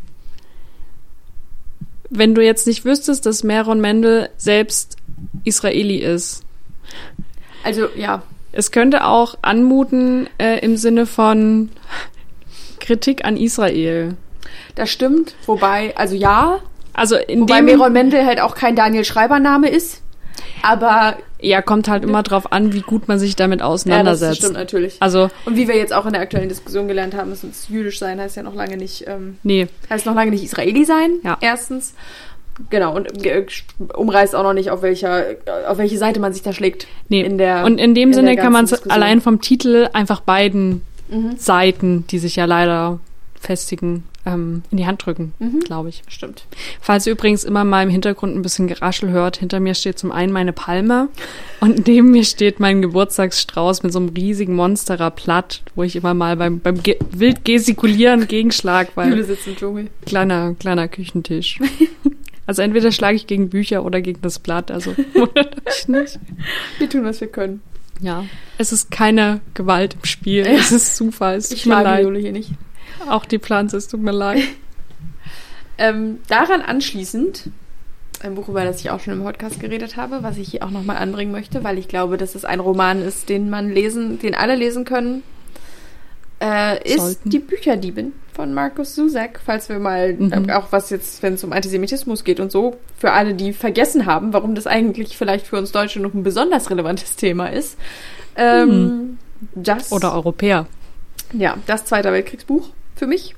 Wenn du jetzt nicht wüsstest, dass Meron Mendel selbst Israeli ist. Also, ja. Es könnte auch anmuten im Sinne von Kritik an Israel. Das stimmt, wobei, also ja. Also wobei Meron Mendel halt auch kein Daniel Schreiber-Name ist. Aber ja, kommt halt immer drauf an, wie gut man sich damit auseinandersetzt. Ja, das stimmt natürlich. Also, und wie wir jetzt auch in der aktuellen Diskussion gelernt haben, dass uns jüdisch sein heißt ja noch lange nicht, heißt noch lange nicht Israeli sein, erstens. Genau, und umreißt auch noch nicht, auf welche Seite man sich da schlägt. Nee, und in dem Sinne kann man es allein vom Titel einfach beiden Seiten, die sich ja leider festigen, in die Hand drücken, glaube ich. Stimmt. Falls ihr übrigens immer mal im Hintergrund ein bisschen Geraschel hört, hinter mir steht zum einen meine Palme und neben mir steht mein Geburtstagsstrauß mit so einem riesigen Monsterer Platt, wo ich immer mal beim wild gestikulieren gegenschlag, weil Jule sitzt im Dschungel. Kleiner Küchentisch. Also entweder schlage ich gegen Bücher oder gegen das Blatt, also wundert euch nicht. Wir tun, was wir können. Ja, es ist keine Gewalt im Spiel, es ist Zufall. Ich schlage Jule hier nicht. Auch die Pflanze, es tut mir leid. Daran anschließend, ein Buch, über das ich auch schon im Podcast geredet habe, was ich hier auch nochmal anbringen möchte, weil ich glaube, dass es ein Roman ist, den alle lesen können, ist Die Bücherdiebin von Markus Zusak, falls wir mal, auch was jetzt, wenn es um Antisemitismus geht und so, für alle, die vergessen haben, warum das eigentlich vielleicht für uns Deutsche noch ein besonders relevantes Thema ist. Oder Europäer. Ja, das Zweiter Weltkriegsbuch für mich.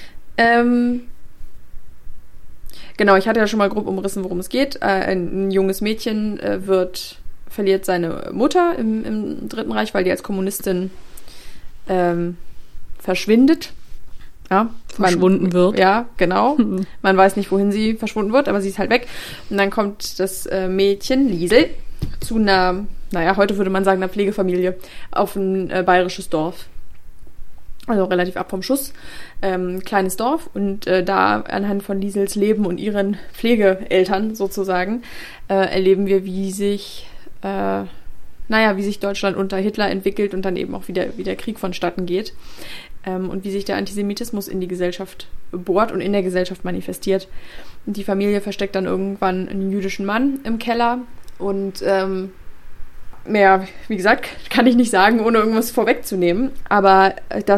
Genau, ich hatte ja schon mal grob umrissen, worum es geht. Ein junges Mädchen verliert seine Mutter im Dritten Reich, weil die als Kommunistin verschwindet. Ja, verschwunden wird. Ja, genau. Man weiß nicht, wohin sie verschwunden wird, aber sie ist halt weg. Und dann kommt das Mädchen, Liesel, zu einer, heute würde man sagen, einer Pflegefamilie auf ein bayerisches Dorf. Also relativ ab vom Schuss. Kleines Dorf. Und da anhand von Liesels Leben und ihren Pflegeeltern sozusagen erleben wir, wie sich Deutschland unter Hitler entwickelt und dann eben auch wie der Krieg vonstatten geht. Und wie sich der Antisemitismus in die Gesellschaft bohrt und in der Gesellschaft manifestiert. Und die Familie versteckt dann irgendwann einen jüdischen Mann im Keller. Und mehr, wie gesagt, kann ich nicht sagen, ohne irgendwas vorwegzunehmen. Aber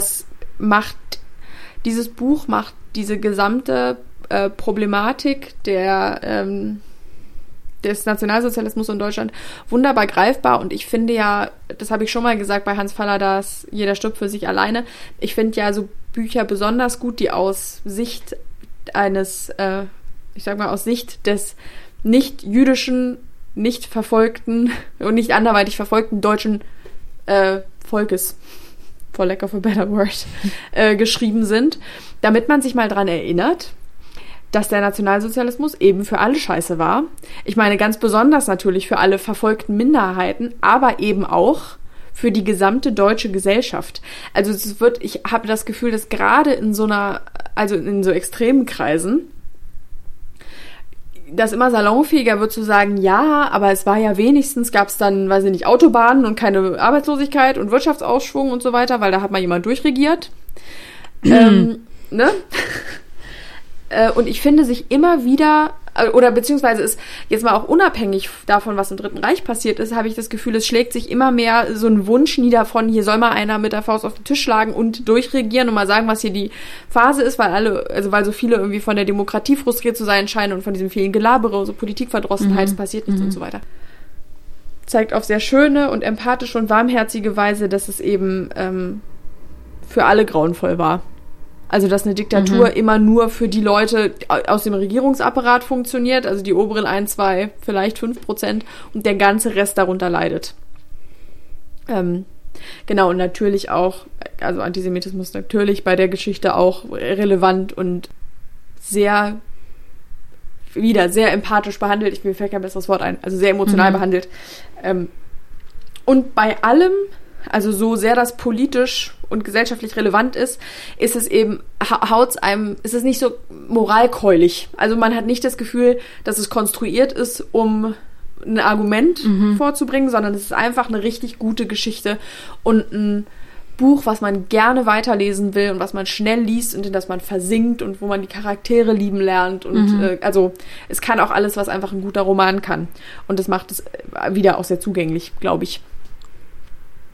dieses Buch macht diese gesamte Problematik des Nationalsozialismus in Deutschland wunderbar greifbar. Und ich finde ja, das habe ich schon mal gesagt bei Hans Falladas Jeder stirbt für sich alleine, ich finde ja so Bücher besonders gut, die aus Sicht eines, aus Sicht des nicht-jüdischen, nicht verfolgten und nicht anderweitig verfolgten deutschen Volkes, for lack of a better word, geschrieben sind, damit man sich mal dran erinnert, dass der Nationalsozialismus eben für alle scheiße war. Ich meine, ganz besonders natürlich für alle verfolgten Minderheiten, aber eben auch für die gesamte deutsche Gesellschaft. Also ich habe das Gefühl, dass gerade in so extremen Kreisen das immer salonfähiger wird zu sagen, ja, aber es war ja wenigstens, gab es dann, weiß ich nicht, Autobahnen und keine Arbeitslosigkeit und Wirtschaftsausschwung und so weiter, weil da hat mal jemand durchregiert. Ne? Und ich finde sich immer wieder, oder beziehungsweise ist jetzt mal auch unabhängig davon, was im Dritten Reich passiert ist, habe ich das Gefühl, es schlägt sich immer mehr so ein Wunsch nieder von, hier soll mal einer mit der Faust auf den Tisch schlagen und durchregieren und mal sagen, was hier die Phase ist, weil so viele irgendwie von der Demokratie frustriert zu sein scheinen und von diesem vielen Gelabere, so Politikverdrossenheit, es passiert nichts und so weiter. Zeigt auf sehr schöne und empathische und warmherzige Weise, dass es eben für alle grauenvoll war. Also, dass eine Diktatur immer nur für die Leute aus dem Regierungsapparat funktioniert, also die oberen 1, 2, vielleicht 5% und der ganze Rest darunter leidet. Genau, und natürlich auch, also Antisemitismus natürlich bei der Geschichte auch relevant und sehr empathisch behandelt. Mir fällt kein besseres Wort ein, also sehr emotional behandelt. Und bei allem, also so sehr das politisch und gesellschaftlich relevant ist es eben, ist es nicht so moralkeulig. Also man hat nicht das Gefühl, dass es konstruiert ist, um ein Argument vorzubringen, sondern es ist einfach eine richtig gute Geschichte und ein Buch, was man gerne weiterlesen will und was man schnell liest und in das man versinkt und wo man die Charaktere lieben lernt. Und also es kann auch alles, was einfach ein guter Roman kann. Und das macht es wieder auch sehr zugänglich, glaube ich.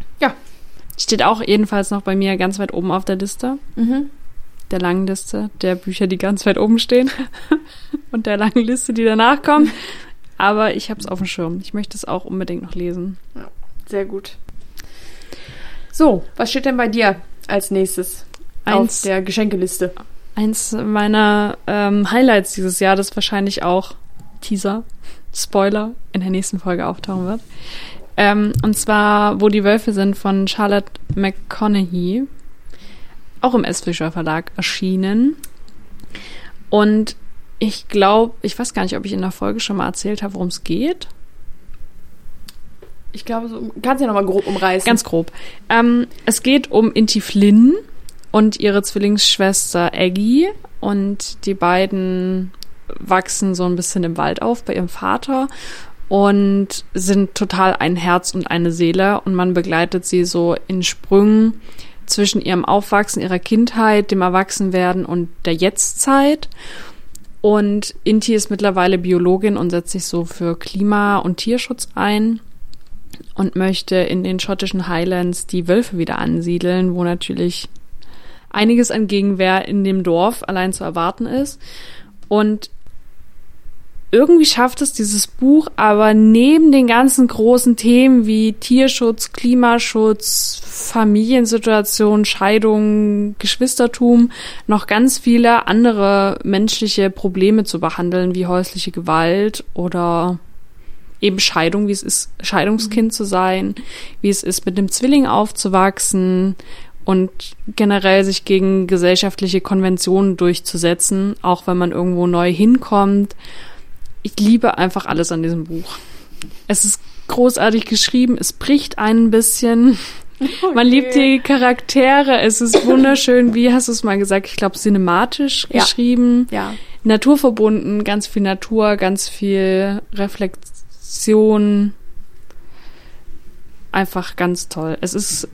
Steht auch jedenfalls noch bei mir ganz weit oben auf der Liste. Der langen Liste der Bücher, die ganz weit oben stehen. Und der langen Liste, die danach kommt. Aber ich habe es auf dem Schirm. Ich möchte es auch unbedingt noch lesen. Ja, sehr gut. So, was steht denn bei dir als nächstes auf der Geschenkeliste? Eins meiner Highlights dieses Jahr, das wahrscheinlich auch Teaser, Spoiler, in der nächsten Folge auftauchen wird. Und zwar Wo die Wölfe sind von Charlotte McConaughey. Auch im S. Fischer Verlag erschienen. Und ich glaube, ich weiß gar nicht, ob ich in der Folge schon mal erzählt habe, worum es geht. Ich glaube, so, kannst du ja nochmal grob umreißen. Ganz grob. Es geht um Inti Flynn und ihre Zwillingsschwester Aggie. Und die beiden wachsen so ein bisschen im Wald auf bei ihrem Vater und sind total ein Herz und eine Seele. Und man begleitet sie so in Sprüngen zwischen ihrem Aufwachsen, ihrer Kindheit, dem Erwachsenwerden und der Jetztzeit. Und Inti ist mittlerweile Biologin und setzt sich so für Klima- und Tierschutz ein und möchte in den schottischen Highlands die Wölfe wieder ansiedeln, wo natürlich einiges an Gegenwehr in dem Dorf allein zu erwarten ist. Und irgendwie schafft es dieses Buch aber neben den ganzen großen Themen wie Tierschutz, Klimaschutz, Familiensituation, Scheidung, Geschwistertum noch ganz viele andere menschliche Probleme zu behandeln, wie häusliche Gewalt oder eben Scheidung, wie es ist, Scheidungskind zu sein, wie es ist, mit einem Zwilling aufzuwachsen und generell sich gegen gesellschaftliche Konventionen durchzusetzen, auch wenn man irgendwo neu hinkommt. Ich liebe einfach alles an diesem Buch. Es ist großartig geschrieben, es bricht ein bisschen. Okay. Man liebt die Charaktere, es ist wunderschön, wie hast du es mal gesagt, ich glaube cinematisch geschrieben. Ja. Naturverbunden, ganz viel Natur, ganz viel Reflexion. Einfach ganz toll. Es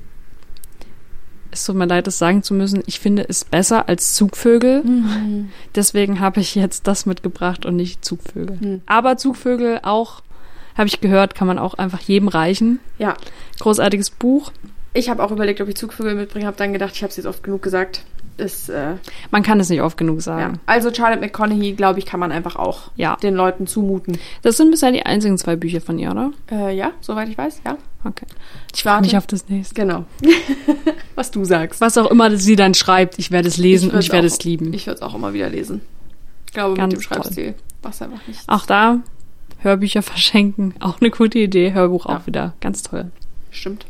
tut mir leid, das sagen zu müssen, ich finde es besser als Zugvögel. Mhm. Deswegen habe ich jetzt das mitgebracht und nicht Zugvögel. Mhm. Aber Zugvögel auch, habe ich gehört, kann man auch einfach jedem reichen. Ja. Großartiges Buch. Ich habe auch überlegt, ob ich Zugvögel mitbringe, habe dann gedacht, ich habe es jetzt oft genug gesagt. Man kann es nicht oft genug sagen. Ja. Also Charlotte McConaughey, glaube ich, kann man einfach auch den Leuten zumuten. Das sind bisher die einzigen 2 Bücher von ihr, oder? Ja, soweit ich weiß, ja. Okay. Ich warte nicht auf das nächste. Genau. Was du sagst. Was auch immer sie dann schreibt, ich werde es lesen und ich werde es lieben. Ich werde es auch immer wieder lesen. Ich glaube, ganz mit dem Schreibstil was einfach nicht. Auch da Hörbücher verschenken, auch eine gute Idee. Hörbuch auch wieder, ganz toll. Stimmt.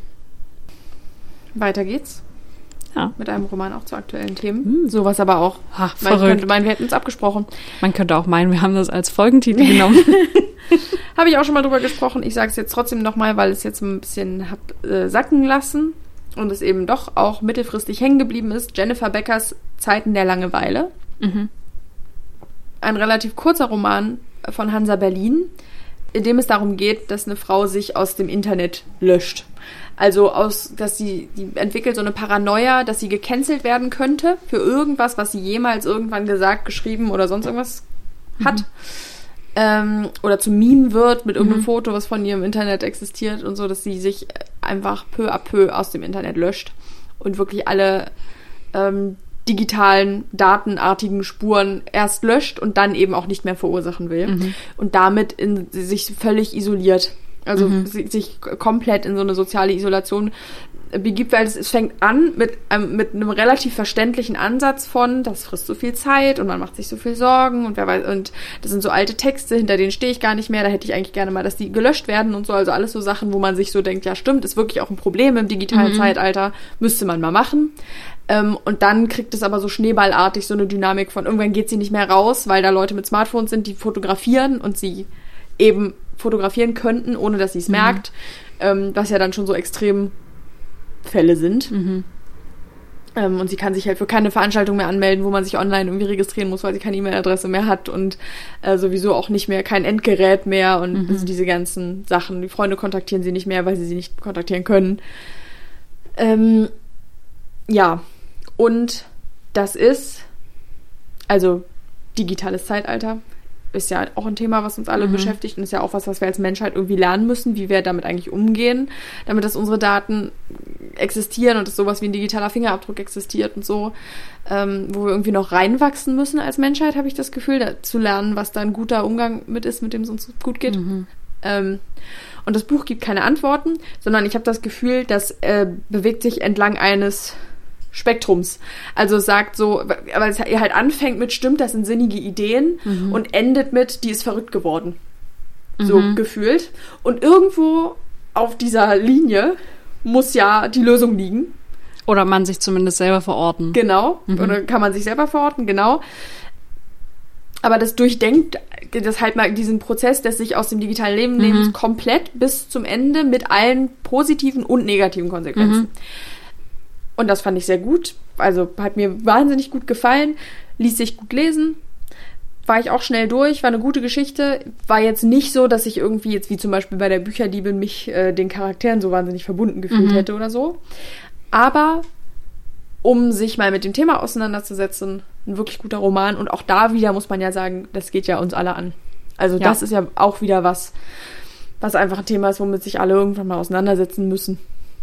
Weiter geht's. Ja. Mit einem Roman auch zu aktuellen Themen. Sowas aber auch. Ach, man könnte meinen, wir hätten uns abgesprochen. Man könnte auch meinen, wir haben das als Folgentitel genommen. Habe ich auch schon mal drüber gesprochen. Ich sage es jetzt trotzdem nochmal, weil es jetzt ein bisschen hab sacken lassen und es eben doch auch mittelfristig hängen geblieben ist. Jennifer Beckers Zeiten der Langeweile. Mhm. Ein relativ kurzer Roman von Hansa Berlin, in dem es darum geht, dass eine Frau sich aus dem Internet löscht. Also dass die entwickelt so eine Paranoia, dass sie gecancelt werden könnte für irgendwas, was sie jemals irgendwann gesagt, geschrieben oder sonst irgendwas hat. Oder zum Meme wird mit irgendeinem Foto, was von ihr im Internet existiert und so, dass sie sich einfach peu à peu aus dem Internet löscht und wirklich alle digitalen, datenartigen Spuren erst löscht und dann eben auch nicht mehr verursachen will. Und damit sich völlig isoliert. Also sich komplett in so eine soziale Isolation begibt, weil es fängt an mit einem relativ verständlichen Ansatz von, das frisst so viel Zeit und man macht sich so viel Sorgen und wer weiß, und das sind so alte Texte, hinter denen stehe ich gar nicht mehr, da hätte ich eigentlich gerne mal, dass die gelöscht werden und so, also alles so Sachen, wo man sich so denkt, ja stimmt, ist wirklich auch ein Problem im digitalen Zeitalter, müsste man mal machen. Und dann kriegt es aber so schneeballartig so eine Dynamik von, irgendwann geht sie nicht mehr raus, weil da Leute mit Smartphones sind, die fotografieren und sie eben fotografieren könnten, ohne dass sie es merkt, was ja dann schon so Extremfälle sind. Und sie kann sich halt für keine Veranstaltung mehr anmelden, wo man sich online irgendwie registrieren muss, weil sie keine E-Mail-Adresse mehr hat und sowieso auch nicht mehr, kein Endgerät mehr und also diese ganzen Sachen. Die Freunde kontaktieren sie nicht mehr, weil sie nicht kontaktieren können. Ja, und das ist, also digitales Zeitalter, ist ja auch ein Thema, was uns alle beschäftigt und ist ja auch was wir als Menschheit irgendwie lernen müssen, wie wir damit eigentlich umgehen, damit dass unsere Daten existieren und dass sowas wie ein digitaler Fingerabdruck existiert und so, wo wir irgendwie noch reinwachsen müssen als Menschheit, habe ich das Gefühl, da zu lernen, was da ein guter Umgang mit ist, mit dem es uns gut geht. Und das Buch gibt keine Antworten, sondern ich habe das Gefühl, das bewegt sich entlang eines Spektrums. Also es sagt so, weil es halt anfängt mit, stimmt, das sind sinnige Ideen und endet mit, die ist verrückt geworden. So gefühlt. Und irgendwo auf dieser Linie muss ja die Lösung liegen. Oder man sich zumindest selber verorten. Genau. Oder kann man sich selber verorten, genau. Aber das durchdenkt das halt mal diesen Prozess des sich aus dem digitalen Leben nehmens komplett bis zum Ende mit allen positiven und negativen Konsequenzen. Und das fand ich sehr gut. Also hat mir wahnsinnig gut gefallen. Ließ sich gut lesen. War ich auch schnell durch. War eine gute Geschichte. War jetzt nicht so, dass ich irgendwie jetzt wie zum Beispiel bei der Bücherliebe mich den Charakteren so wahnsinnig verbunden gefühlt hätte oder so. Aber um sich mal mit dem Thema auseinanderzusetzen, ein wirklich guter Roman. Und auch da wieder muss man ja sagen, das geht ja uns alle an. Also das ist ja auch wieder was einfach ein Thema ist, womit sich alle irgendwann mal auseinandersetzen müssen.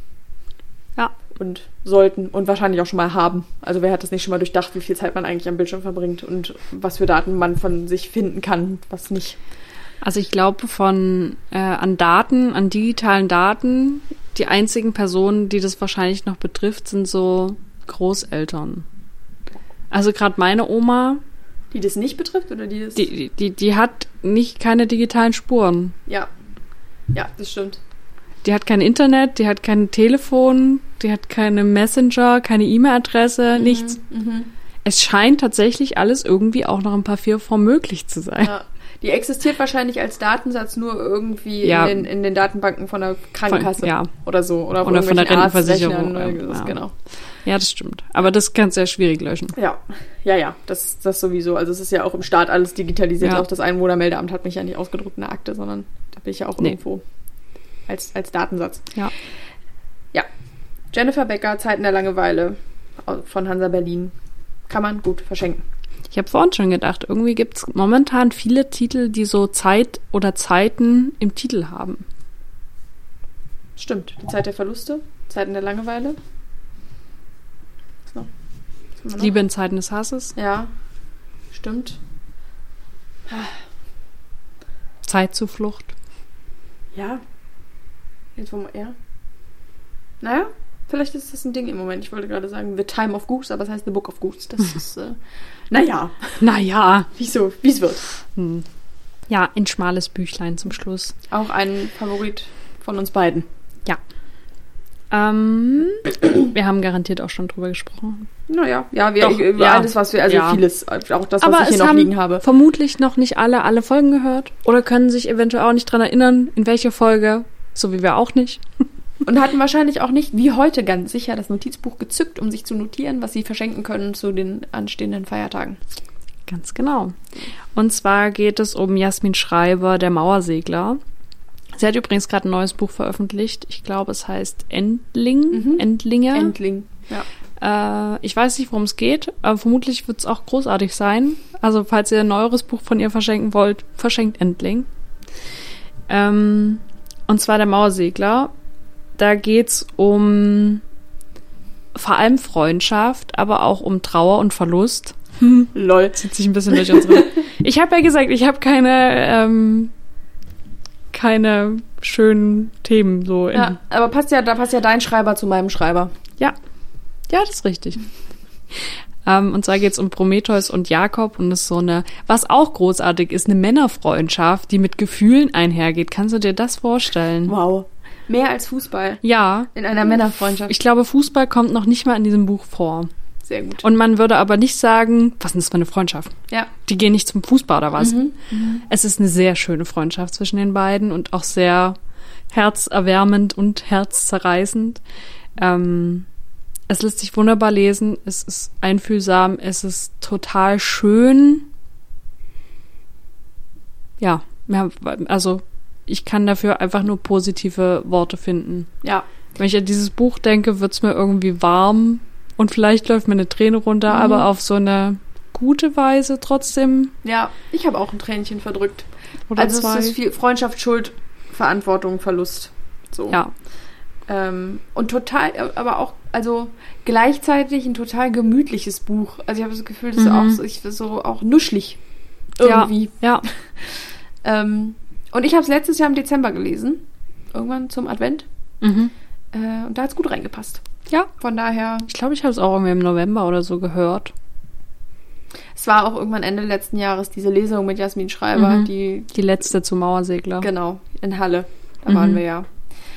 Ja. Und sollten und wahrscheinlich auch schon mal haben. Also wer hat das nicht schon mal durchdacht, wie viel Zeit man eigentlich am Bildschirm verbringt und was für Daten man von sich finden kann, was nicht. Also ich glaube, an digitalen Daten, die einzigen Personen, die das wahrscheinlich noch betrifft, sind so Großeltern. Also gerade meine Oma. Die das nicht betrifft oder die das? Die hat keine digitalen Spuren. Ja. Ja, das stimmt. Die hat kein Internet, die hat kein Telefon, die hat keine Messenger, keine E-Mail-Adresse, nichts. Es scheint tatsächlich alles irgendwie auch noch in Papierform möglich zu sein. Ja. Die existiert wahrscheinlich als Datensatz nur irgendwie in den Datenbanken von der Krankenkasse oder so. Oder von der Rentenversicherung. Genau. Ja, das stimmt. Aber das kannst du ja schwierig löschen. Ja, das sowieso. Also es ist ja auch im Staat alles digitalisiert. Auch das Einwohnermeldeamt hat mich ja nicht ausgedruckt in der Akte, sondern da bin ich ja auch irgendwo als Datensatz. Ja. Jennifer Becker, Zeiten der Langeweile von Hansa Berlin. Kann man gut verschenken. Ich habe vorhin schon gedacht, irgendwie gibt es momentan viele Titel, die so Zeit oder Zeiten im Titel haben. Stimmt. Die Zeit der Verluste, Zeiten der Langeweile. Was noch? Liebe in Zeiten des Hasses. Ja, stimmt. Zeitzuflucht. Ja. Naja, vielleicht ist das ein Ding im Moment. Ich wollte gerade sagen The Time of Goose, aber es heißt The Book of Goose. Das ist, naja. Wie es wird. Ja, ein schmales Büchlein zum Schluss. Auch ein Favorit von uns beiden. Ja. Wir haben garantiert auch schon drüber gesprochen. Naja, alles, was wir, vieles, auch das, was ich hier noch liegen habe. Vermutlich noch nicht alle Folgen gehört oder können sich eventuell auch nicht dran erinnern, in welche Folge, so wie wir auch nicht. Und hatten wahrscheinlich auch nicht, wie heute ganz sicher, das Notizbuch gezückt, um sich zu notieren, was sie verschenken können zu den anstehenden Feiertagen. Ganz genau. Und zwar geht es um Jasmin Schreiber, der Mauersegler. Sie hat übrigens gerade ein neues Buch veröffentlicht. Ich glaube, es heißt Endlinge. Endling, ja. Ich weiß nicht, worum es geht, aber vermutlich wird es auch großartig sein. Also, falls ihr ein neueres Buch von ihr verschenken wollt, verschenkt Endling. Und zwar der Mauersegler. Da geht's um vor allem Freundschaft, aber auch um Trauer und Verlust. Lol. Zieht sich ein bisschen durch unsere... Ich habe ja gesagt, ich habe keine schönen Themen so. Aber da passt ja dein Schreiber zu meinem Schreiber. Ja, das ist richtig. Und zwar geht's um Prometheus und Jakob und das ist so eine, was auch großartig ist, eine Männerfreundschaft, die mit Gefühlen einhergeht. Kannst du dir das vorstellen? Wow. Mehr als Fußball. Ja. In einer Männerfreundschaft. Ich glaube, Fußball kommt noch nicht mal in diesem Buch vor. Sehr gut. Und man würde aber nicht sagen, was ist das für eine Freundschaft? Ja. Die gehen nicht zum Fußball oder was? Es ist eine sehr schöne Freundschaft zwischen den beiden und auch sehr herzerwärmend und herzzerreißend. Es lässt sich wunderbar lesen. Es ist einfühlsam. Es ist total schön. Ja, also ich kann dafür einfach nur positive Worte finden. Ja. Wenn ich an dieses Buch denke, wird's mir irgendwie warm und vielleicht läuft mir eine Träne runter, aber auf so eine gute Weise trotzdem. Ja, ich habe auch ein Tränchen verdrückt. Oder also zwei. Es ist viel Freundschaft, Schuld, Verantwortung, Verlust. So. Ja. Und total, aber auch, also gleichzeitig ein total gemütliches Buch. Also ich habe das Gefühl, das ist so auch nuschelig irgendwie. Ja. Und ich habe es letztes Jahr im Dezember gelesen. Irgendwann zum Advent. Und da hat es gut reingepasst. Ja. Von daher. Ich glaube, ich habe es auch irgendwie im November oder so gehört. Es war auch irgendwann Ende letzten Jahres diese Lesung mit Jasmin Schreiber. Die letzte zu Mauersegler. Genau, in Halle. Da waren wir ja.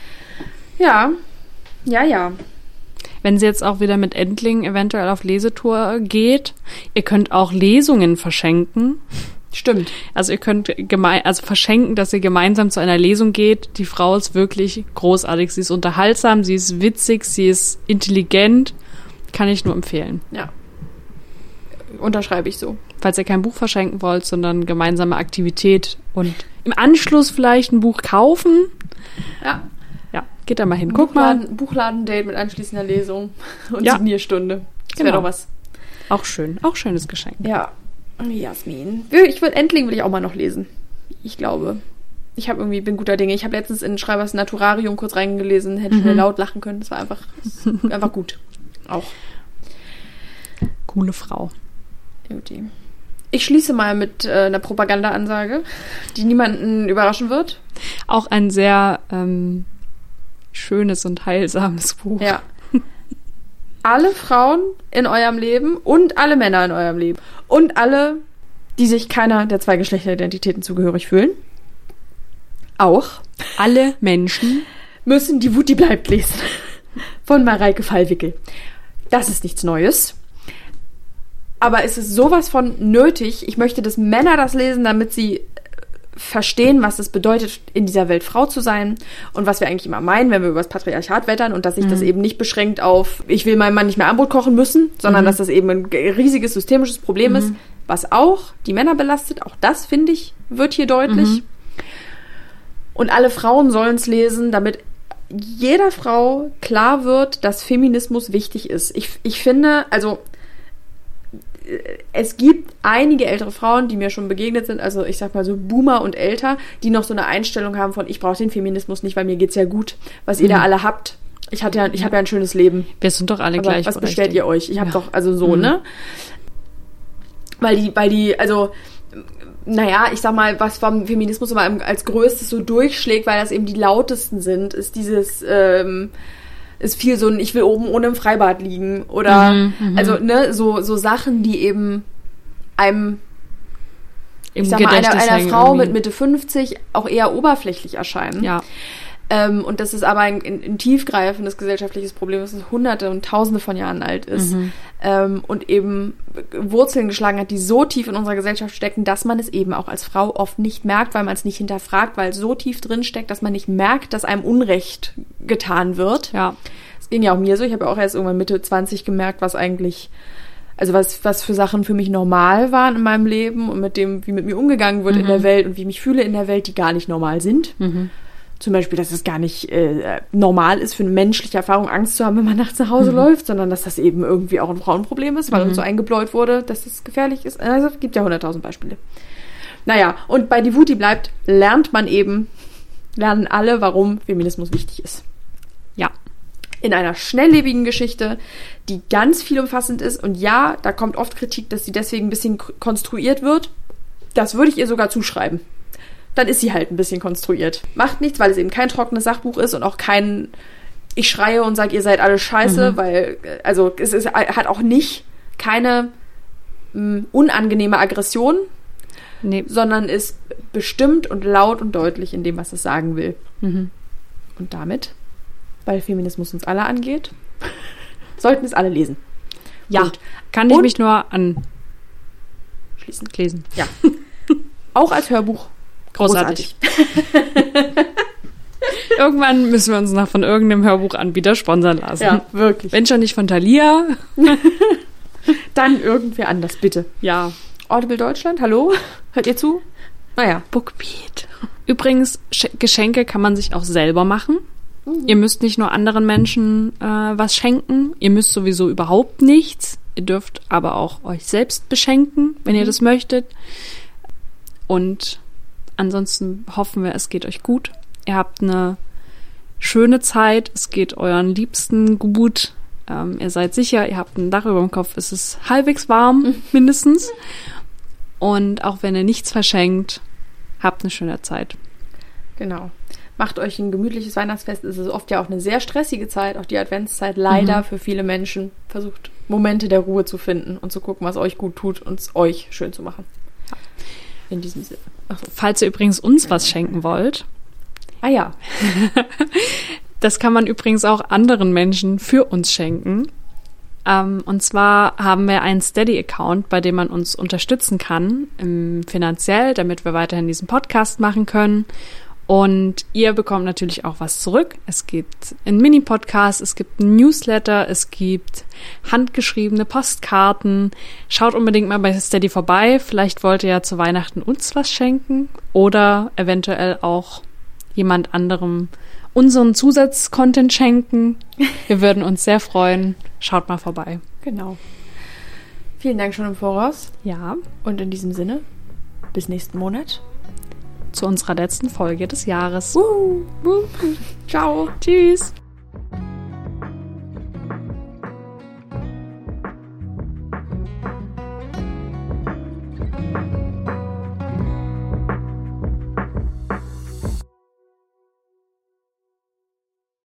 Ja. Wenn sie jetzt auch wieder mit Endling eventuell auf Lesetour geht, ihr könnt auch Lesungen verschenken. Stimmt. Also ihr könnt verschenken, dass ihr gemeinsam zu einer Lesung geht. Die Frau ist wirklich großartig. Sie ist unterhaltsam, sie ist witzig, sie ist intelligent. Kann ich nur empfehlen. Ja. Unterschreibe ich so. Falls ihr kein Buch verschenken wollt, sondern gemeinsame Aktivität und im Anschluss vielleicht ein Buch kaufen. Ja. Ja, geht da mal hin. Guck mal. Buchladendate mit anschließender Lesung und ja. Signierstunde. Das genau. wäre doch was. Auch schön. Auch schönes Geschenk. Ja. Jasmin. Endling will ich auch mal noch lesen. Ich glaube. Bin guter Dinge. Ich habe letztens in Schreibers Naturarium kurz reingelesen, hätte ich mir laut lachen können. Das war einfach gut. Auch. Coole Frau. Ich schließe mal mit einer Propaganda-Ansage, die niemanden überraschen wird. Auch ein sehr schönes und heilsames Buch. Ja. Alle Frauen in eurem Leben und alle Männer in eurem Leben und alle, die sich keiner der 2 Geschlechteridentitäten zugehörig fühlen, auch alle Menschen müssen Die Wut, die bleibt lesen von Mareike Fallwickel. Das ist nichts Neues. Aber es ist sowas von nötig. Ich möchte, dass Männer das lesen, damit sie verstehen, was es bedeutet, in dieser Welt Frau zu sein und was wir eigentlich immer meinen, wenn wir über das Patriarchat wettern und dass sich das eben nicht beschränkt auf, ich will meinem Mann nicht mehr Armbrot kochen müssen, sondern dass das eben ein riesiges systemisches Problem ist, was auch die Männer belastet. Auch das, finde ich, wird hier deutlich. Und alle Frauen sollen es lesen, damit jeder Frau klar wird, dass Feminismus wichtig ist. Ich finde, also es gibt einige ältere Frauen, die mir schon begegnet sind, also ich sag mal so Boomer und älter, die noch so eine Einstellung haben von, ich brauche den Feminismus nicht, weil mir geht's ja gut, was ihr da alle habt. Ich habe ja ein schönes Leben. Wir sind doch alle gleich. Was bestellt ihr euch? Ich habe doch, also so, ne? Weil die, also, naja, ich sag mal, was vom Feminismus immer als größtes so durchschlägt, weil das eben die lautesten sind, ist dieses, ist viel so ein, ich will oben ohne im Freibad liegen oder, also, ne, so Sachen, die eben einem, ich sag mal, einer Frau mit Mitte 50 auch eher oberflächlich erscheinen. Ja. Und das ist aber ein tiefgreifendes gesellschaftliches Problem, das Hunderte und Tausende von Jahren alt ist. Und eben Wurzeln geschlagen hat, die so tief in unserer Gesellschaft stecken, dass man es eben auch als Frau oft nicht merkt, weil man es nicht hinterfragt, weil es so tief drin steckt, dass man nicht merkt, dass einem Unrecht getan wird. Ja. Das ging ja auch mir so. Ich habe ja auch erst irgendwann Mitte 20 gemerkt, was eigentlich, also was für Sachen für mich normal waren in meinem Leben und mit dem, wie mit mir umgegangen wird in der Welt und wie ich mich fühle in der Welt, die gar nicht normal sind. Zum Beispiel, dass es gar nicht normal ist, für eine menschliche Erfahrung Angst zu haben, wenn man nachts nach Hause läuft, sondern dass das eben irgendwie auch ein Frauenproblem ist, weil uns so eingebläut wurde, dass es gefährlich ist. Also es gibt ja 100.000 Beispiele. Naja, und bei Die Wut, die bleibt, lernen alle, warum Feminismus wichtig ist. Ja. In einer schnelllebigen Geschichte, die ganz vielumfassend ist. Und ja, da kommt oft Kritik, dass sie deswegen ein bisschen konstruiert wird. Das würde ich ihr sogar zuschreiben. Dann ist sie halt ein bisschen konstruiert. Macht nichts, weil es eben kein trockenes Sachbuch ist und auch kein, ich schreie und sage, ihr seid alle scheiße, weil, also es hat auch nicht keine unangenehme Aggression, sondern ist bestimmt und laut und deutlich in dem, was es sagen will. Und damit, weil Feminismus uns alle angeht, sollten es alle lesen. Ja, und kann ich mich nur anschließen. Ja. Auch als Hörbuch. Großartig. Irgendwann müssen wir uns noch von irgendeinem Hörbuchanbieter sponsern lassen. Ja, wirklich. Wenn schon nicht von Thalia. Dann irgendwer anders, bitte. Ja. Audible Deutschland, hallo? Hört ihr zu? Naja. Bookbeat. Übrigens, Geschenke kann man sich auch selber machen. Ihr müsst nicht nur anderen Menschen was schenken. Ihr müsst sowieso überhaupt nichts. Ihr dürft aber auch euch selbst beschenken, wenn ihr das möchtet. Und ansonsten hoffen wir, es geht euch gut. Ihr habt eine schöne Zeit, es geht euren Liebsten gut, ihr seid sicher, ihr habt ein Dach über dem Kopf, es ist halbwegs warm, mindestens. Und auch wenn ihr nichts verschenkt, habt eine schöne Zeit. Genau. Macht euch ein gemütliches Weihnachtsfest. Es ist oft ja auch eine sehr stressige Zeit, auch die Adventszeit leider für viele Menschen. Versucht Momente der Ruhe zu finden und zu gucken, was euch gut tut und es euch schön zu machen. In diesem Sinne. So. Falls ihr übrigens uns was schenken wollt. Ah ja. Das kann man übrigens auch anderen Menschen für uns schenken. Und zwar haben wir einen Steady-Account, bei dem man uns unterstützen kann, finanziell, damit wir weiterhin diesen Podcast machen können. Und ihr bekommt natürlich auch was zurück. Es gibt einen Mini-Podcast, es gibt einen Newsletter, es gibt handgeschriebene Postkarten. Schaut unbedingt mal bei Steady vorbei. Vielleicht wollt ihr ja zu Weihnachten uns was schenken oder eventuell auch jemand anderem unseren Zusatzcontent schenken. Wir würden uns sehr freuen. Schaut mal vorbei. Genau. Vielen Dank schon im Voraus. Ja. Und in diesem Sinne, bis nächsten Monat. Zu unserer letzten Folge des Jahres. Ciao. Tschüss.